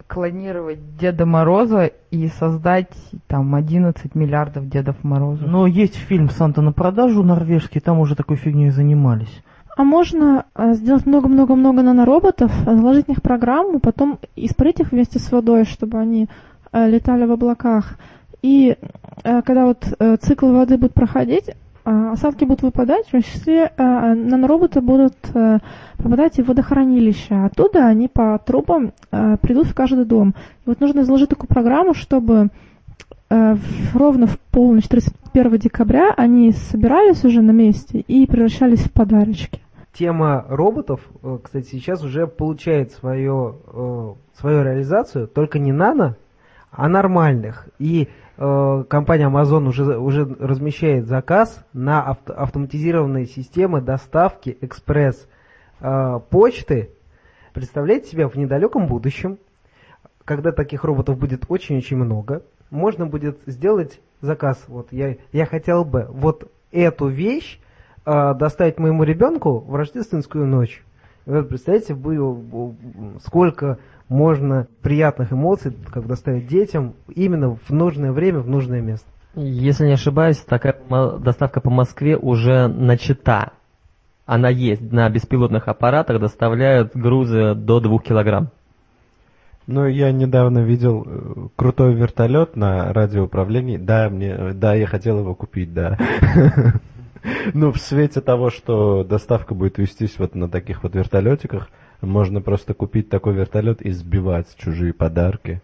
клонировать Деда Мороза и создать там одиннадцать миллиардов Дедов Морозов. Но есть фильм «Санта на продажу» норвежский, там уже такой фигней занимались. А можно а, сделать много-много-много нанороботов, заложить в них программу, потом испарить их вместе с водой, чтобы они а, летали в облаках. И а, когда вот а, цикл воды будет проходить, а, осадки будут выпадать, в том числе а, нанороботы будут а, попадать в водохранилище. Оттуда они по трубам а, придут в каждый дом. И вот нужно заложить такую программу, чтобы а, в, ровно в полночь тридцать первого декабря они собирались уже на месте и превращались в подарочки. Тема роботов, кстати, сейчас уже получает свою, свою реализацию, только не нано, а нормальных. И э, компания Amazon уже, уже размещает заказ на авто, автоматизированные системы доставки экспресс э, почты. Представляете себе, в недалеком будущем, когда таких роботов будет очень-очень много, можно будет сделать заказ. Вот я, я хотел бы вот эту вещь э, доставить моему ребенку в рождественскую ночь. И вот представляете, сколько можно приятных эмоций, как доставить детям, именно в нужное время, в нужное место. Если не ошибаюсь, такая доставка по Москве уже начата. Она есть. На беспилотных аппаратах доставляют грузы до двух килограмм. Ну, я недавно видел э, крутой вертолет на радиоуправлении. Да, мне, да, я хотел его купить, да. Ну, в свете того, что доставка будет вестись вот на таких вот вертолетиках, можно просто купить такой вертолет и сбивать чужие подарки.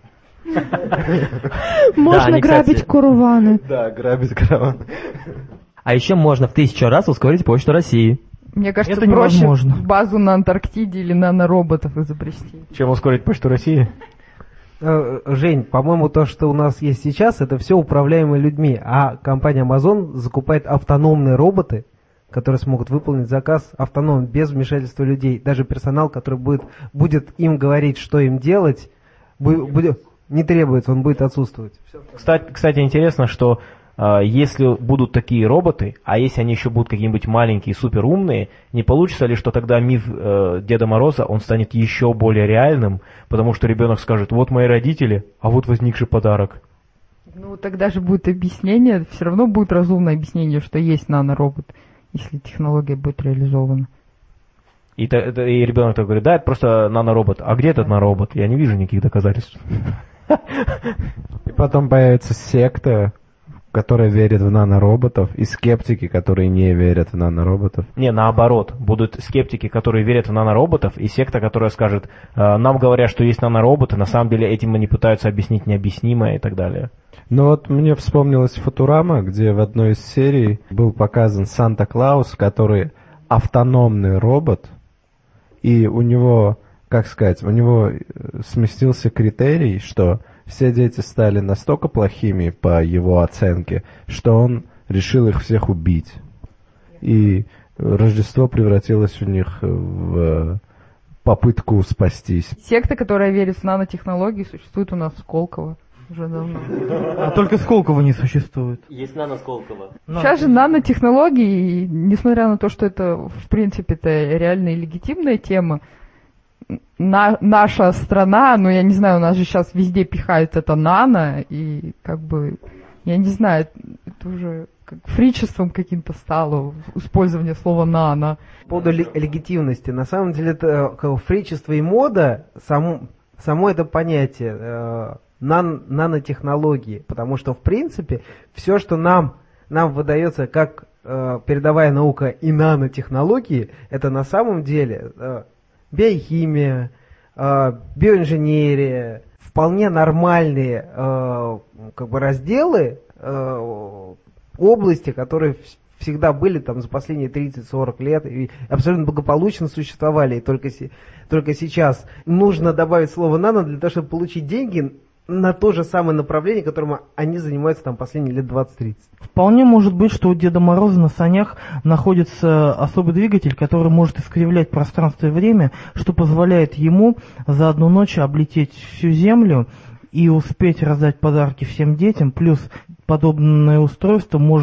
Можно грабить караваны. Да, грабить караваны. А еще можно в тысячу раз ускорить почту России. Мне кажется, Это проще невозможно. базу на Антарктиде или нанороботов изобрести. Чем ускорить почту России? Э, Жень, по-моему, то, что у нас есть сейчас, это все управляемые людьми, а компания Amazon закупает автономные роботы, которые смогут выполнить заказ автономно, без вмешательства людей. Даже персонал, который будет, будет им говорить, что им делать, будет, будет, не требуется, он будет отсутствовать. Кстати, кстати, интересно, что э, если будут такие роботы, а если они еще будут какие-нибудь маленькие, суперумные, не получится ли, что тогда миф э, Деда Мороза, он станет еще более реальным, потому что ребенок скажет, вот мои родители, а вот возникший подарок. Ну, тогда же будет объяснение, все равно будет разумное объяснение, что есть наноробот, если технология будет реализована. И, и ребенок так говорит, да, это просто наноробот. А где этот наноробот? Я не вижу никаких доказательств. И потом появится секта, которая верит в нанороботов, и скептики, которые не верят в нанороботов. Не, наоборот. Будут скептики, которые верят в нанороботов, и секта, которая скажет, нам говорят, что есть нанороботы, на самом деле этим они пытаются объяснить необъяснимое и так далее. Ну вот мне вспомнилась Футурама, где в одной из серий был показан Санта-Клаус, который автономный робот, и у него, как сказать, у него сместился критерий, что все дети стали настолько плохими по его оценке, что он решил их всех убить. И Рождество превратилось у них в попытку спастись. Секта, которая верит в нанотехнологии, существует у нас в Сколково уже давно. А только Сколково не существует. Есть нано Сколково. Сейчас же нанотехнологии, и несмотря на то, что это, в принципе-то, реальная и легитимная тема, на, наша страна, ну, я не знаю, у нас же сейчас везде пихают это нано, и как бы, я не знаю, это уже как фричеством каким-то стало использование слова нано. По поводу легитимности, на самом деле это как, фричество и мода, само, само это понятие, э, нан, нанотехнологии, потому что, в принципе, все, что нам, нам выдается как э, передовая наука и нанотехнологии, это на самом деле э, биохимия, э, биоинженерия, вполне нормальные э, как бы разделы, э, области, которые всегда были там за последние тридцать-сорок лет и абсолютно благополучно существовали, и только, только сейчас нужно добавить слово «нано» для того, чтобы получить деньги на то же самое направление, которым они занимаются там последние лет двадцать-тридцать. Вполне может быть, что у Деда Мороза на санях находится особый двигатель, который может искривлять пространство и время, что позволяет ему за одну ночь облететь всю Землю и успеть раздать подарки всем детям, плюс подобное устройство может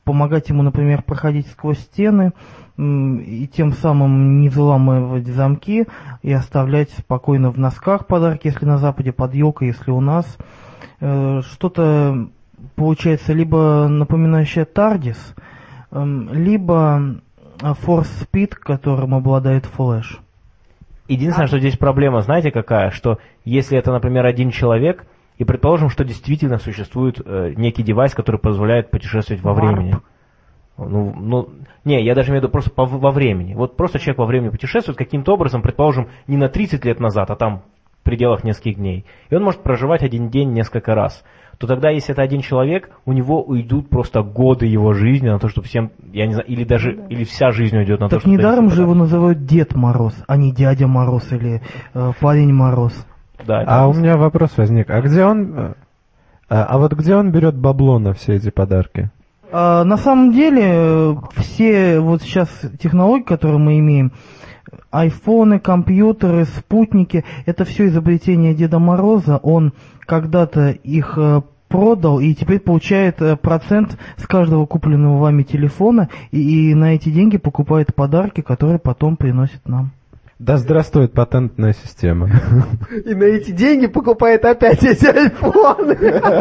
помогать ему, например, проходить сквозь стены и тем самым не взламывать замки и оставлять спокойно в носках подарки, если на Западе, под елкой, если у нас. Что-то получается либо напоминающее тардис, либо Force Speed, которым обладает Флэш. Единственное, что здесь проблема, знаете какая? Что если это, например, один человек, и предположим, что действительно существует э, некий девайс, который позволяет путешествовать во времени. Ну, ну, не, я даже имею в виду просто по, во времени. Вот просто человек во времени путешествует каким-то образом, предположим, не на тридцать лет назад, а там в пределах нескольких дней. И он может проживать один день несколько раз. То тогда, если это один человек, у него уйдут просто годы его жизни на то, чтобы всем, я не знаю, или даже, ну, да. или вся жизнь уйдет на так то, чтобы... Так недаром же его называют Дед Мороз, а не Дядя Мороз или э, Парень Мороз. Да, а у меня вопрос возник, а где он, а, а вот где он берет бабло на все эти подарки? А, на самом деле, все вот сейчас технологии, которые мы имеем, айфоны, компьютеры, спутники, это все изобретение Деда Мороза. Он когда-то их продал и теперь получает процент с каждого купленного вами телефона и, и на эти деньги покупает подарки, которые потом приносит нам. Да здравствует патентная система. И на эти деньги покупает опять эти айфоны.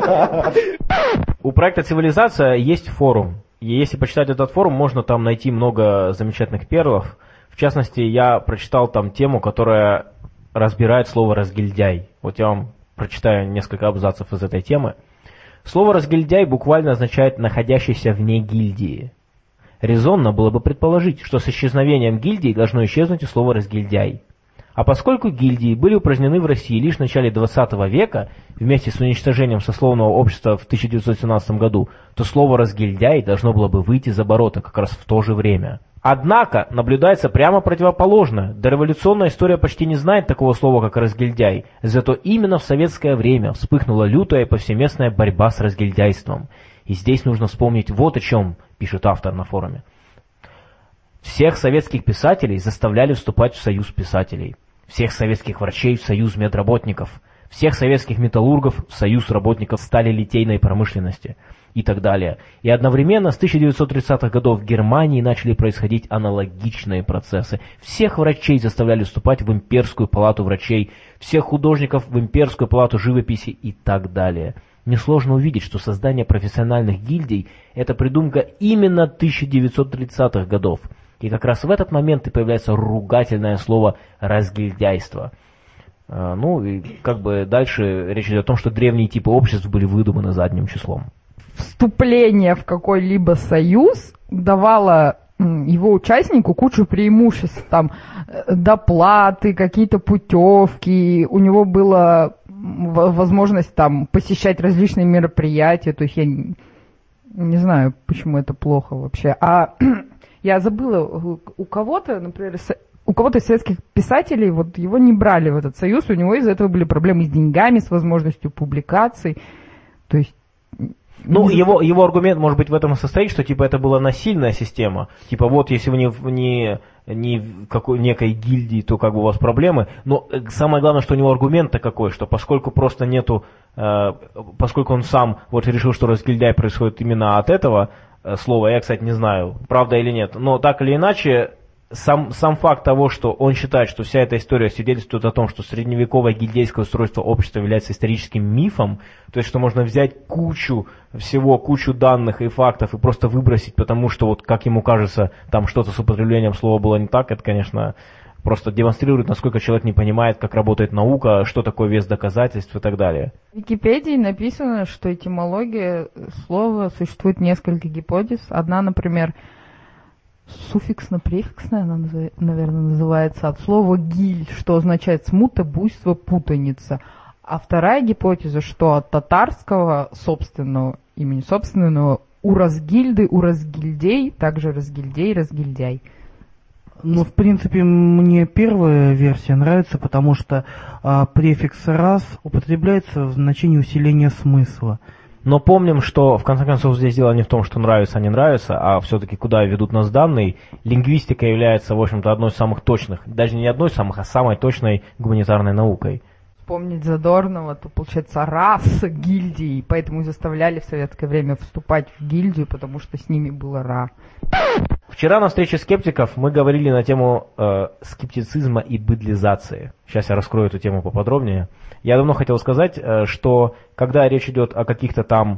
У проекта «Цивилизация» есть форум. И если почитать этот форум, можно там найти много замечательных перлов. В частности, я прочитал там тему, которая разбирает слово «разгильдяй». Вот я вам прочитаю несколько абзацев из этой темы. Слово «разгильдяй» буквально означает «находящийся вне гильдии». Резонно было бы предположить, что с исчезновением гильдии должно исчезнуть и слово «разгильдяй». А поскольку гильдии были упразднены в России лишь в начале двадцатого века, вместе с уничтожением сословного общества в тысяча девятьсот семнадцатом году, то слово «разгильдяй» должно было бы выйти за оборота как раз в то же время. Однако наблюдается прямо противоположное. Дореволюционная история почти не знает такого слова, как «разгильдяй», зато именно в советское время вспыхнула лютая повсеместная борьба с разгильдяйством. И здесь нужно вспомнить вот о чем, пишет автор на форуме. Всех советских писателей заставляли вступать в союз писателей, всех советских врачей в союз медработников, всех советских металлургов в союз работников сталелитейной промышленности и так далее. И одновременно с тысяча девятьсот тридцатых годов в Германии начали происходить аналогичные процессы. Всех врачей заставляли вступать в имперскую палату врачей, всех художников в имперскую палату живописи и так далее. Несложно увидеть, что создание профессиональных гильдий – это придумка именно тысяча девятьсот тридцатых годов. И как раз в этот момент и появляется ругательное слово «разгильдяйство». Ну и как бы дальше речь идет о том, что древние типы обществ были выдуманы задним числом. Вступление в какой-либо союз давало его участнику кучу преимуществ, там доплаты, какие-то путевки, у него была возможность там посещать различные мероприятия, то есть я не, не знаю, почему это плохо вообще. А я забыла, у кого-то, например, у кого-то из советских писателей вот его не брали в этот союз, у него из-за этого были проблемы с деньгами, с возможностью публикаций, то есть... Ну, его, его аргумент может быть в этом и состоит, что типа это была насильная система. Типа вот если вы не, не, не в какой, некой гильдии, то как бы у вас проблемы. Но самое главное, что у него аргумент-то какой, что поскольку просто нету, э, поскольку он сам вот решил, что разгильдяй происходит именно от этого э, слова, я, кстати, не знаю, правда или нет, но так или иначе, сам, сам факт того, что он считает, что вся эта история свидетельствует о том, что средневековое гильдейское устройство общества является историческим мифом, то есть что можно взять кучу всего, кучу данных и фактов и просто выбросить, потому что, вот как ему кажется, там что-то с употреблением слова было не так, это, конечно, просто демонстрирует, насколько человек не понимает, как работает наука, что такое вес доказательств и так далее. В Википедии написано, что этимология слова существует несколько гипотез. Одна, например, суффиксно-префиксная, она, наверное, называется, от слова «гиль», что означает «смута», «буйство», «путаница». А вторая гипотеза, что от татарского собственного имени, собственного «уразгильды», «уразгильдей», также «разгильдей», «разгильдяй». Ну, в принципе, мне первая версия нравится, потому что а, префикс «раз» употребляется в значении усиления смысла. Но помним, что в конце концов здесь дело не в том, что нравится, а не нравится, а все-таки куда ведут нас данные. Лингвистика является, в общем-то, одной из самых точных, даже не одной из самых, а самой точной гуманитарной наукой. вспомнить Задорнова, то получается раса гильдии, поэтому заставляли в советское время вступать в гильдию, потому что с ними было ра. Вчера на встрече скептиков мы говорили на тему э, скептицизма и быдлизации. Сейчас я раскрою эту тему поподробнее. Я давно хотел сказать, э, что когда речь идет о каких-то там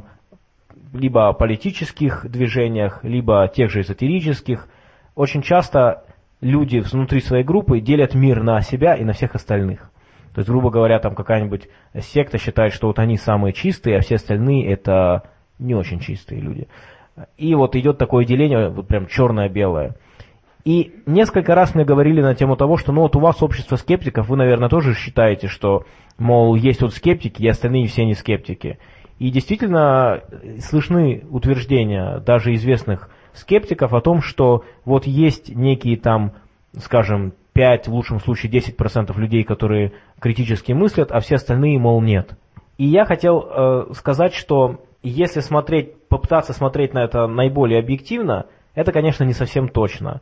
либо политических движениях, либо тех же эзотерических, очень часто люди внутри своей группы делят мир на себя и на всех остальных. То есть, грубо говоря, там какая-нибудь секта считает, что вот они самые чистые, а все остальные это не очень чистые люди. И вот идет такое деление, вот прям черное-белое. И несколько раз мне говорили на тему того, что ну вот у вас общество скептиков, вы, наверное, тоже считаете, что, мол, есть вот скептики, и остальные все не скептики. И действительно слышны утверждения даже известных скептиков о том, что вот есть некие там, скажем, пять, в лучшем случае десять процентов людей, которые критически мыслят, а все остальные, мол, нет. И я хотел э, сказать, что если смотреть, попытаться смотреть на это наиболее объективно, это, конечно, не совсем точно.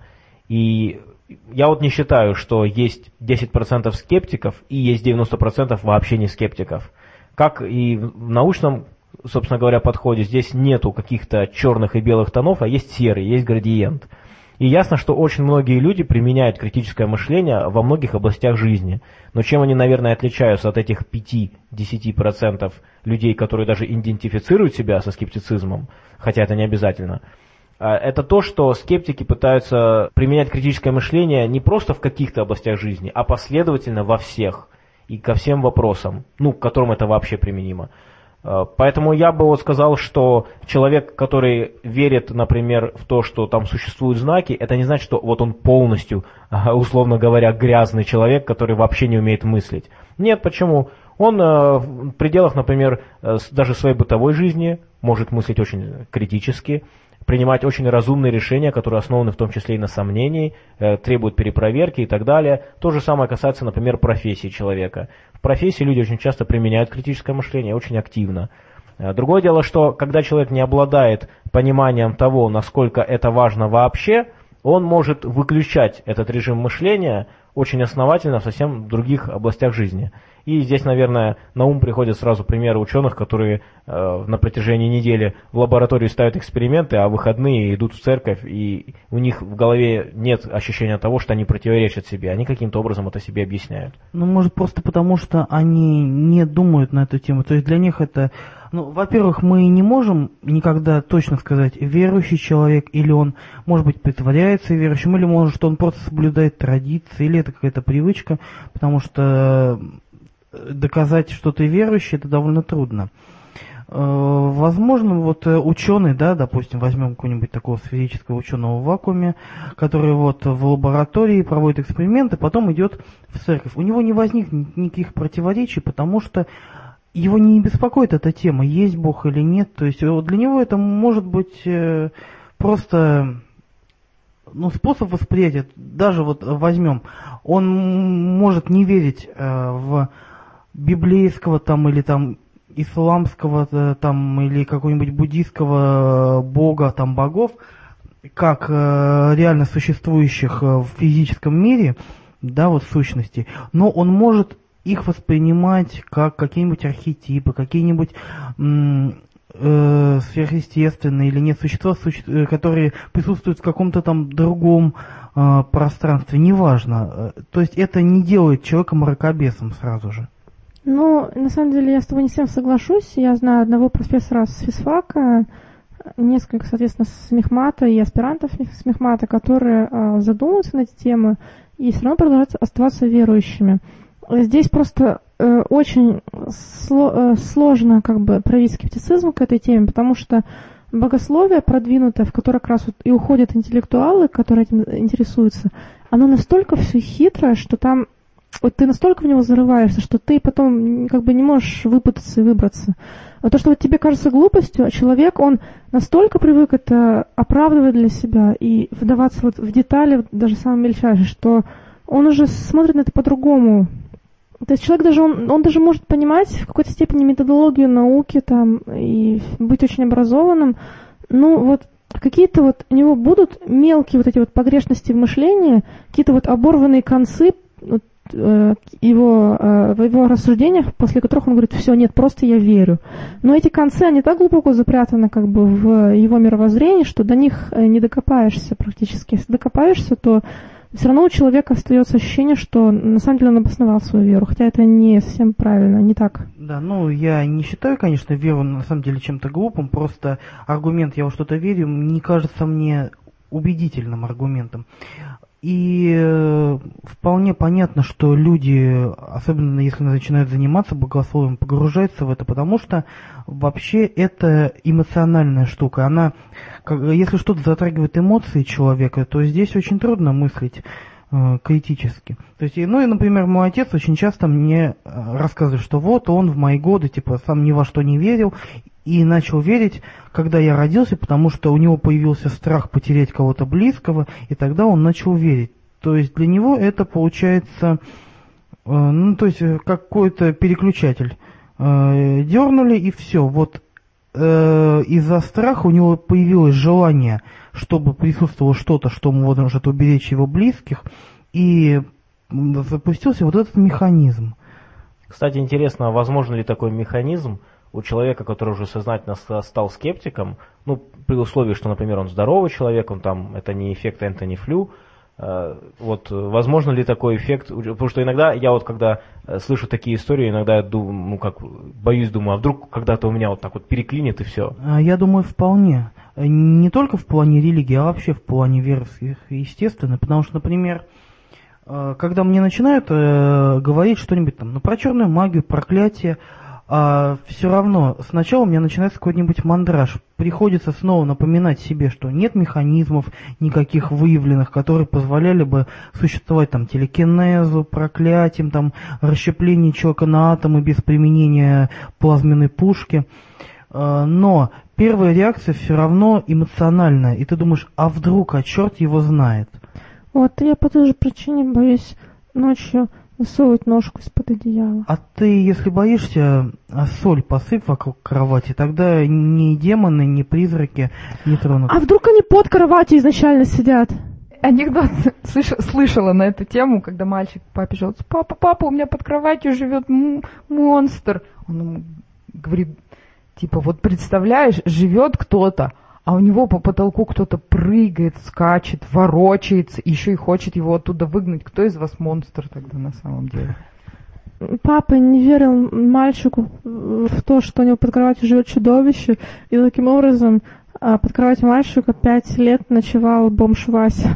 И я вот не считаю, что есть десять процентов скептиков и есть девяносто процентов вообще не скептиков. Как и в научном, собственно говоря, подходе, здесь нету каких-то черных и белых тонов, а есть серый, есть градиент. И ясно, что очень многие люди применяют критическое мышление во многих областях жизни. Но чем они, наверное, отличаются от этих пяти-десяти процентов людей, которые даже идентифицируют себя со скептицизмом, хотя это не обязательно, это то, что скептики пытаются применять критическое мышление не просто в каких-то областях жизни, а последовательно во всех и ко всем вопросам, ну, к которым это вообще применимо. Поэтому я бы вот сказал, что человек, который верит, например, в то, что там существуют знаки, это не значит, что вот он полностью, условно говоря, грязный человек, который вообще не умеет мыслить. Нет, почему? Он в пределах, например, даже своей бытовой жизни может мыслить очень критически, принимать очень разумные решения, которые основаны в том числе и на сомнении, требуют перепроверки и так далее. То же самое касается, например, профессии человека. В профессии люди очень часто применяют критическое мышление очень активно. Другое дело, что когда человек не обладает пониманием того, насколько это важно вообще, он может выключать этот режим мышления очень основательно в совсем других областях жизни. И здесь, наверное, на ум приходят сразу примеры ученых, которые э, на протяжении недели в лаборатории ставят эксперименты, а в выходные идут в церковь, и у них в голове нет ощущения того, что они противоречат себе. Они каким-то образом это себе объясняют. Ну, может, просто потому, что они не думают на эту тему. То есть для них это... Ну, во-первых, мы не можем никогда точно сказать, верующий человек, или он, может быть, притворяется верующим, или, может, что он просто соблюдает традиции, или это какая-то привычка, потому что доказать, что ты верующий, это довольно трудно. Возможно, вот ученый, да, допустим, возьмем какого-нибудь такого сферического ученого в вакууме, который вот в лаборатории проводит эксперименты, потом идет в церковь. У него не возникнет никаких противоречий, потому что его не беспокоит эта тема, есть Бог или нет. То есть для него это может быть просто... Ну, способ восприятия, даже вот возьмем, он может не верить э, в библейского там или там исламского там или какого-нибудь буддийского бога, там богов, как э, реально существующих в физическом мире, да, вот сущности, но он может их воспринимать как какие-нибудь архетипы, какие-нибудь м- э, сверхъестественные или нет существа, суще- которые присутствуют в каком-то там другом э, пространстве, неважно. То есть это не делает человека мракобесом сразу же. Ну, на самом деле, я с тобой не всем соглашусь. Я знаю одного профессора с физфака, несколько, соответственно, с мехмата и аспирантов с мехмата, которые э, задумываются на эти темы и все равно продолжают оставаться верующими. Здесь просто э, очень сло, э, сложно как бы проявить скептицизм к этой теме, потому что богословие продвинутое, в которое как раз вот и уходят интеллектуалы, которые этим интересуются, оно настолько все хитрое, что там вот ты настолько в него зарываешься, что ты потом как бы не можешь выпутаться и выбраться. А то, что вот тебе кажется глупостью, а человек, он настолько привык это оправдывать для себя и вдаваться вот в детали, даже самые мельчайшие, что он уже смотрит на это по-другому. То есть человек даже, он, он даже может понимать в какой-то степени методологию науки там и быть очень образованным. Ну вот какие-то вот у него будут мелкие вот эти вот погрешности в мышлении, какие-то вот оборванные концы, вот, э, его, э, в его рассуждениях, после которых он говорит, все, нет, просто я верю. Но эти концы, они так глубоко запрятаны как бы в его мировоззрении, что до них не докопаешься практически. Если докопаешься, то все равно у человека остается ощущение, что на самом деле он обосновал свою веру, хотя это не совсем правильно, не так. Да, ну я не считаю, конечно, веру на самом деле чем-то глупым, просто аргумент «я во что-то верю» не кажется мне убедительным аргументом. И э, вполне понятно, что люди, особенно если начинают заниматься богословием, погружаются в это, потому что вообще это эмоциональная штука. Она, как, если что-то затрагивает эмоции человека, то здесь очень трудно мыслить э, критически. То есть, ну и, например, мой отец очень часто мне рассказывает, что вот он в мои годы типа сам ни во что не верил, и начал верить, когда я родился, потому что у него появился страх потерять кого-то близкого, и тогда он начал верить. То есть для него это получается, э, ну то есть какой-то переключатель. Э, дернули и все. Вот э, из-за страха у него появилось желание, чтобы присутствовало что-то, что может уберечь его близких, и запустился вот этот механизм. Кстати, интересно, возможно ли такой механизм у человека, который уже сознательно стал скептиком, ну, при условии, что, например, он здоровый человек, он там, это не эффект Энтони Флю, э, вот, возможно ли такой эффект, потому что иногда, я вот, когда слышу такие истории, иногда я думаю, ну, как, боюсь, думаю, а вдруг когда-то у меня вот так вот переклинит и все. Я думаю, вполне. Не только в плане религии, а вообще в плане веры, естественно, потому что, например, когда мне начинают э, говорить что-нибудь там, ну, про черную магию, проклятие, а все равно сначала у меня начинается какой-нибудь мандраж. Приходится снова напоминать себе, что нет механизмов никаких выявленных, которые позволяли бы существовать там телекинезу, проклятием, там расщеплению человека на атомы без применения плазменной пушки. Но первая реакция все равно эмоциональная, и ты думаешь, а вдруг, а черт его знает. Вот я по той же причине боюсь ночью высовывать ножку из-под одеяла. А ты, если боишься, соль посыпь вокруг кровати, тогда ни демоны, ни призраки не тронут. А вдруг они под кроватью изначально сидят? Анекдот слыш, слышала на эту тему, когда мальчик к папе жалуется: папа, папа, у меня под кроватью живет м- монстр. Он ему говорит, типа, вот представляешь, живет кто-то, а у него по потолку кто-то прыгает, скачет, ворочается, еще и хочет его оттуда выгнать. Кто из вас монстр тогда на самом деле? Папа не верил мальчику в то, что у него под кроватью живет чудовище, и таким образом под кроватью мальчика пять лет ночевал бомж Вася.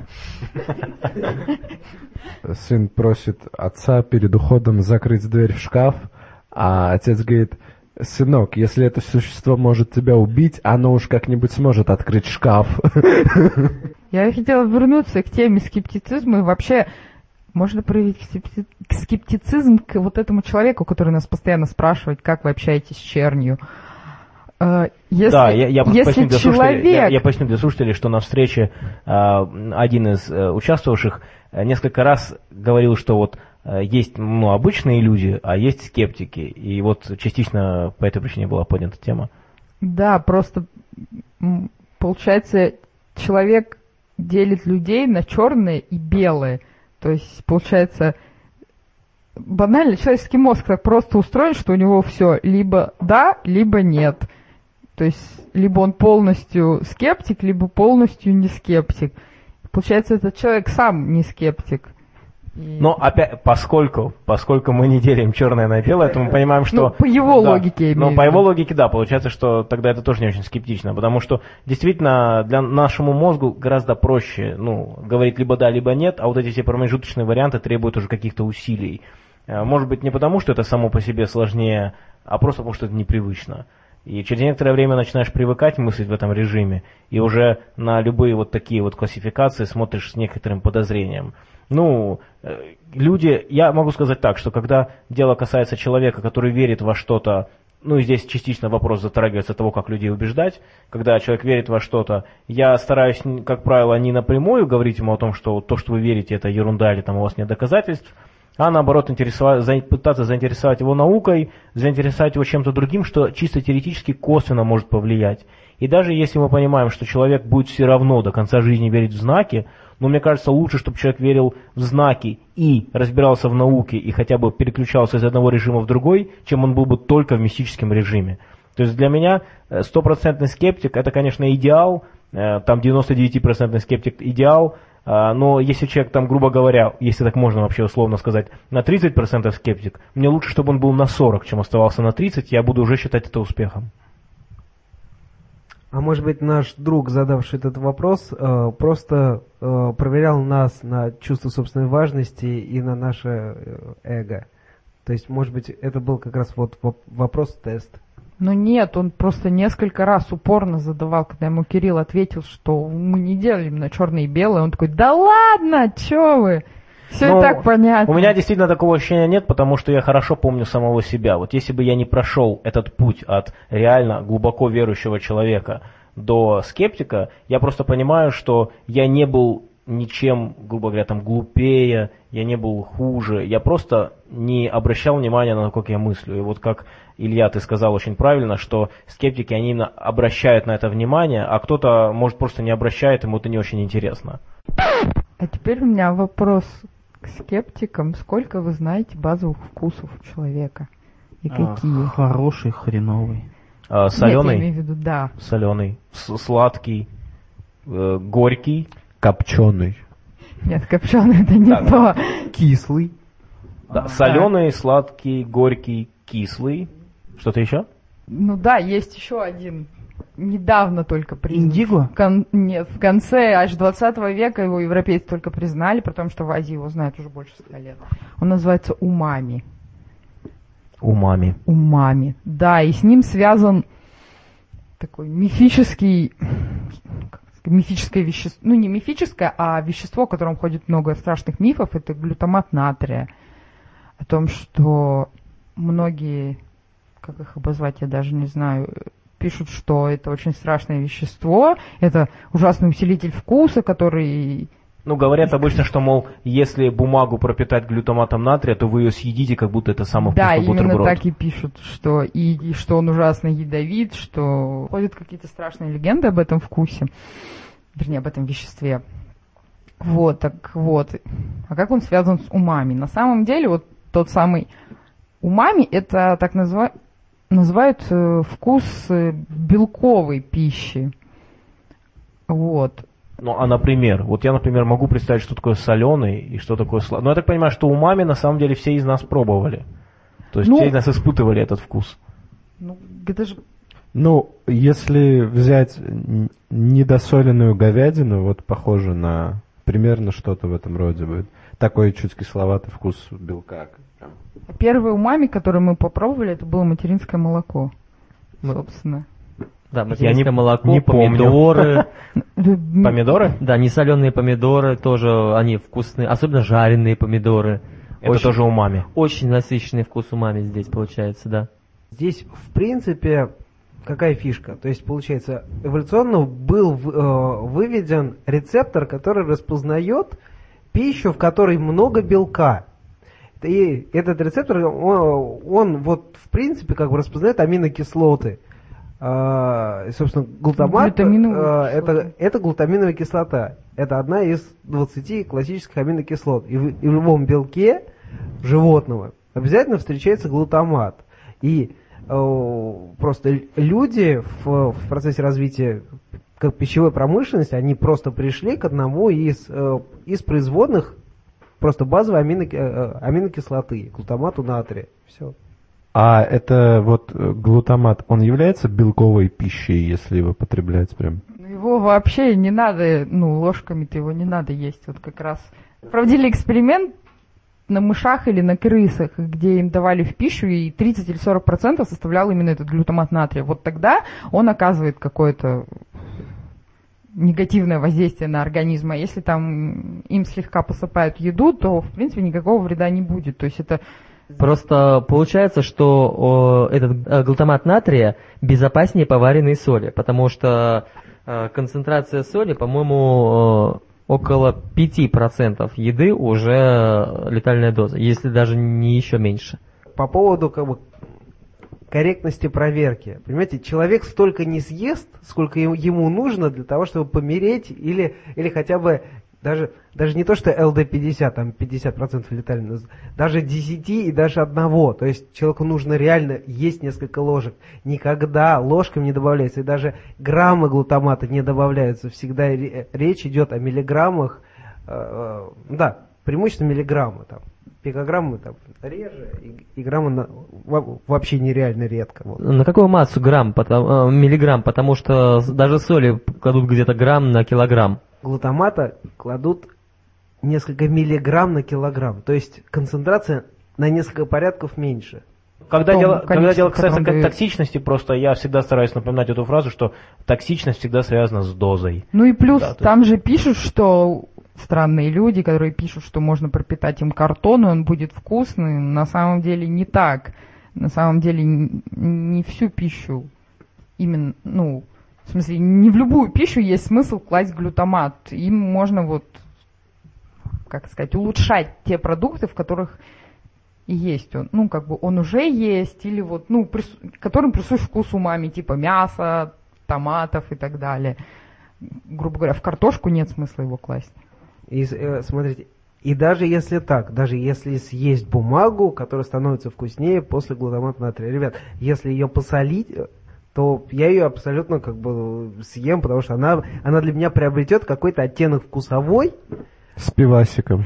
Сын просит отца перед уходом закрыть дверь в шкаф, а отец говорит: сынок, если это существо может тебя убить, оно уж как-нибудь сможет открыть шкаф. Я хотела вернуться к теме скептицизма, и вообще можно проявить скептицизм к вот этому человеку, который нас постоянно спрашивает, как вы общаетесь с чернью. Если, да, я, я, если поясню для человек... я, я поясню для слушателей, что на встрече э, один из э, участвовавших э, несколько раз говорил, что вот э, есть ну, обычные люди, а есть скептики. И вот частично по этой причине была поднята тема. Да, просто получается, человек делит людей на черные и белые. То есть, получается, банально человеческий мозг так просто устроен, что у него все либо да, либо нет. То есть, либо он полностью скептик, либо полностью не скептик. Получается, этот человек сам не скептик. И... Но опять, поскольку, поскольку мы не делим черное на белое, то мы понимаем, что... Ну, по его да, логике, я имею в виду. Ну, по его логике, да, получается, что тогда это тоже не очень скептично, потому что действительно для нашему мозгу гораздо проще, ну, говорить либо да, либо нет, а вот эти все промежуточные варианты требуют уже каких-то усилий. Может быть, не потому, что это само по себе сложнее, а просто потому, что это непривычно. И через некоторое время начинаешь привыкать мыслить в этом режиме, и уже на любые вот такие вот классификации смотришь с некоторым подозрением. Ну, люди, я могу сказать так, что когда дело касается человека, который верит во что-то, ну и здесь частично вопрос затрагивается того, как людей убеждать, когда человек верит во что-то, я стараюсь, как правило, не напрямую говорить ему о том, что то, что вы верите, это ерунда или там у вас нет доказательств, а наоборот интересовать, пытаться заинтересовать его наукой, заинтересовать его чем-то другим, что чисто теоретически косвенно может повлиять. И даже если мы понимаем, что человек будет все равно до конца жизни верить в знаки, Но мне кажется, лучше, чтобы человек верил в знаки и разбирался в науке, и хотя бы переключался из одного режима в другой, чем он был бы только в мистическом режиме. То есть для меня стопроцентный скептик – это, конечно, идеал, там девяносто девять процентов скептик – идеал, но если человек там, грубо говоря, если так можно вообще условно сказать, на тридцать процентов скептик, мне лучше, чтобы он был на сорок, чем оставался на тридцать, я буду уже считать это успехом. А может быть, наш друг, задавший этот вопрос, э, просто э, проверял нас на чувство собственной важности и на наше эго. То есть, может быть, это был как раз вот вопрос-тест. Ну нет, он просто несколько раз упорно задавал, когда ему Кирилл ответил, что мы не делим на черное и белое. Он такой, да ладно, чё вы? Все Ну, и так понятно. У меня действительно такого ощущения нет, потому что я хорошо помню самого себя. Вот если бы я не прошел этот путь от реально глубоко верующего человека до скептика, я просто понимаю, что я не был ничем, грубо говоря, там глупее, я не был хуже, я просто не обращал внимания на то, как я мыслю. И вот как, Илья, ты сказал очень правильно, что скептики, они именно обращают на это внимание, а кто-то, может, просто не обращает, ему это не очень интересно. А теперь у меня вопрос к скептикам. Сколько вы знаете базовых вкусов у человека? И какие? А, хороший, хреновый. А, соленый? Нет, я имею в виду, да. Соленый, сладкий, э, горький. Копченый. Нет, копченый это не Так. то. Кислый. Да, А, соленый, сладкий, горький, кислый. Что-то еще? Ну да, есть еще один. Недавно только признан. Индиго? Кон- Нет, в конце аж двадцатого века его европейцы только признали, при том, что в Азии его знают уже больше ста лет. Он называется умами. Умами. Умами. Да, и с ним связан такой мифический, как сказать, мифическое вещество, ну не мифическое, а вещество, о котором ходит много страшных мифов, это глютамат натрия. О том, что многие, как их обозвать, я даже не знаю, пишут, что это очень страшное вещество, это ужасный усилитель вкуса, который... Ну, говорят обычно, что, мол, если бумагу пропитать глютаматом натрия, то вы ее съедите, как будто это самый Да, вкусный именно бутерброд. так и пишут, что и, и что он ужасно ядовит, что ходят какие-то страшные легенды об этом вкусе, вернее, об этом веществе. Вот, так вот. А как он связан с умами? На самом деле, вот тот самый умами, это так назва... называют э, вкус э, белковой пищи. Вот. Ну, а, например, вот я, например, могу представить, что такое соленый и что такое сладкий. Но я так понимаю, что умами на самом деле все из нас пробовали. То есть Ну, все из нас испытывали этот вкус. Ну, это же... Ну, если взять н- недосоленную говядину, вот похоже на примерно что-то в этом роде будет. Такой чуть кисловатый вкус белка. Первый умами, который мы попробовали, это было материнское молоко. Мы- Собственно. Да, Я материнское не- молоко, не помню. помидоры. Помидоры? Да, несоленые помидоры тоже, они вкусные, особенно жареные помидоры. Это Очень- тоже умами. Очень насыщенный вкус умами здесь получается, да. Здесь, в принципе, какая фишка? То есть, получается, эволюционно был в- э, выведен рецептор, который распознает пищу, в которой много белка. И этот рецептор, он, он вот, в принципе, как бы распознает аминокислоты. А, и, собственно, глутамат, Глютаминовые а, кислоты. это, это глутаминовая кислота. Это одна из двадцати классических аминокислот. И в, и в любом белке животного обязательно встречается глутамат. И э, просто люди в, в процессе развития как пищевой промышленности, они просто пришли к одному из, э, из производных просто базовой аминоки- э, аминокислоты, глутамату натрия. Все. А это вот э, глутамат, он является белковой пищей, если его потреблять прям? Ну, его вообще не надо, ну, ложками-то его не надо есть. Вот как раз проводили эксперимент на мышах или на крысах, где им давали в пищу, и тридцать или сорок процентов составлял именно этот глютамат натрия. Вот тогда он оказывает какое-то негативное воздействие на организм. А если там им слегка посыпают еду, то, в принципе, никакого вреда не будет. То есть это... Просто получается, что о, этот э, глутамат натрия безопаснее поваренной соли, потому что э, концентрация соли, по-моему, э, около пяти процентов еды уже летальная доза, если даже не еще меньше. По поводу как бы корректности проверки. Понимаете, человек столько не съест, сколько ему- ему нужно для того, чтобы помереть или, или хотя бы Даже, даже не то, что эл дэ пятьдесят, там пятьдесят процентов летали, даже десяти и даже одного. То есть человеку нужно реально есть несколько ложек. Никогда ложкам не добавляется. И даже граммы глутамата не добавляются. Всегда речь идет о миллиграммах. Э, да, преимущественно миллиграммы. Там, пикограммы там реже, и, и граммы на, вообще нереально редко. Вот. На какую массу грамм, потому, э, миллиграмм? Потому что даже соли кладут где-то грамм на килограмм. Глутамата кладут несколько миллиграмм на килограмм. То есть концентрация на несколько порядков меньше. Когда Том, дело, когда дело касается дают. токсичности, просто я всегда стараюсь напоминать эту фразу, что токсичность всегда связана с дозой. Ну и плюс Да, там же пишут, что странные люди, которые пишут, что можно пропитать им картон, и он будет вкусный. На самом деле не так. На самом деле не, не всю пищу именно, ну, в смысле, не в любую пищу есть смысл класть глютамат. Им можно вот, как сказать, улучшать те продукты, в которых и есть он. Ну, как бы он уже есть, или вот, ну, прис... которым присущ вкус умами, типа мяса, томатов и так далее. Грубо говоря, в картошку нет смысла его класть. И, э, смотрите, и даже если так, даже если съесть бумагу, которая становится вкуснее после глутамата натрия. Ребят, если ее посолить, то я ее абсолютно как бы съем, потому что она, она для меня приобретет какой-то оттенок вкусовой. С пивасиком.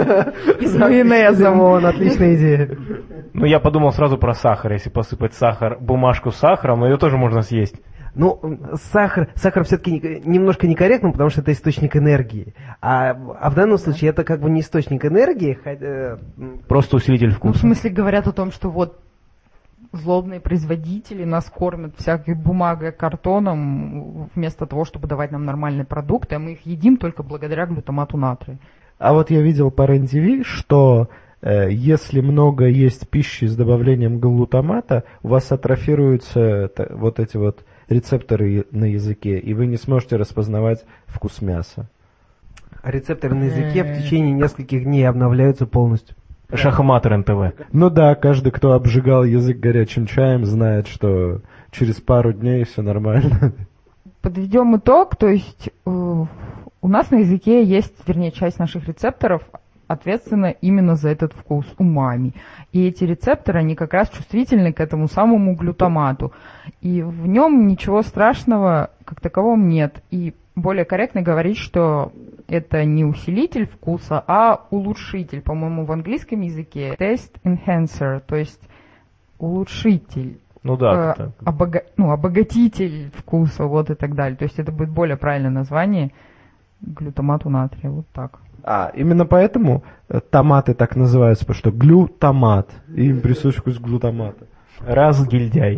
И с майонезом. Вон, отличная идея. Ну, я подумал сразу про сахар. Если посыпать сахар, бумажку с сахаром, ее тоже можно съесть. Ну, сахар, сахар все-таки немножко некорректно, потому что это источник энергии. А, а в данном случае это как бы не источник энергии, хотя... Просто усилитель Ну, вкуса. в смысле, говорят о том, что вот злобные производители нас кормят всякой бумагой, картоном, вместо того, чтобы давать нам нормальные продукты, а мы их едим только благодаря глютамату натрия. А вот я видел по РЕН ти ви, что э, если много есть пищи с добавлением глутамата, у вас атрофируются та, вот эти вот рецепторы на языке, и вы не сможете распознавать вкус мяса. А рецепторы на языке в течение нескольких дней обновляются полностью. Шахматер эн тэ вэ. Ну да, каждый, кто обжигал язык горячим чаем, знает, что через пару дней все нормально. Подведем итог, то есть э, у нас на языке есть, вернее, часть наших рецепторов ответственна именно за этот вкус умами. И эти рецепторы, они как раз чувствительны к этому самому глютамату. И в нем ничего страшного как такового нет. И более корректно говорить, что это не усилитель вкуса, а улучшитель. По-моему, в английском языке taste enhancer, то есть улучшитель. Ну да. Э, обога- ну, обогатитель вкуса, вот и так далее. То есть это будет более правильное название глютамату натрия. Вот так. А, именно поэтому томаты так называются, потому что глютамат, и им присущ вкус глутамата. Разгильдяй.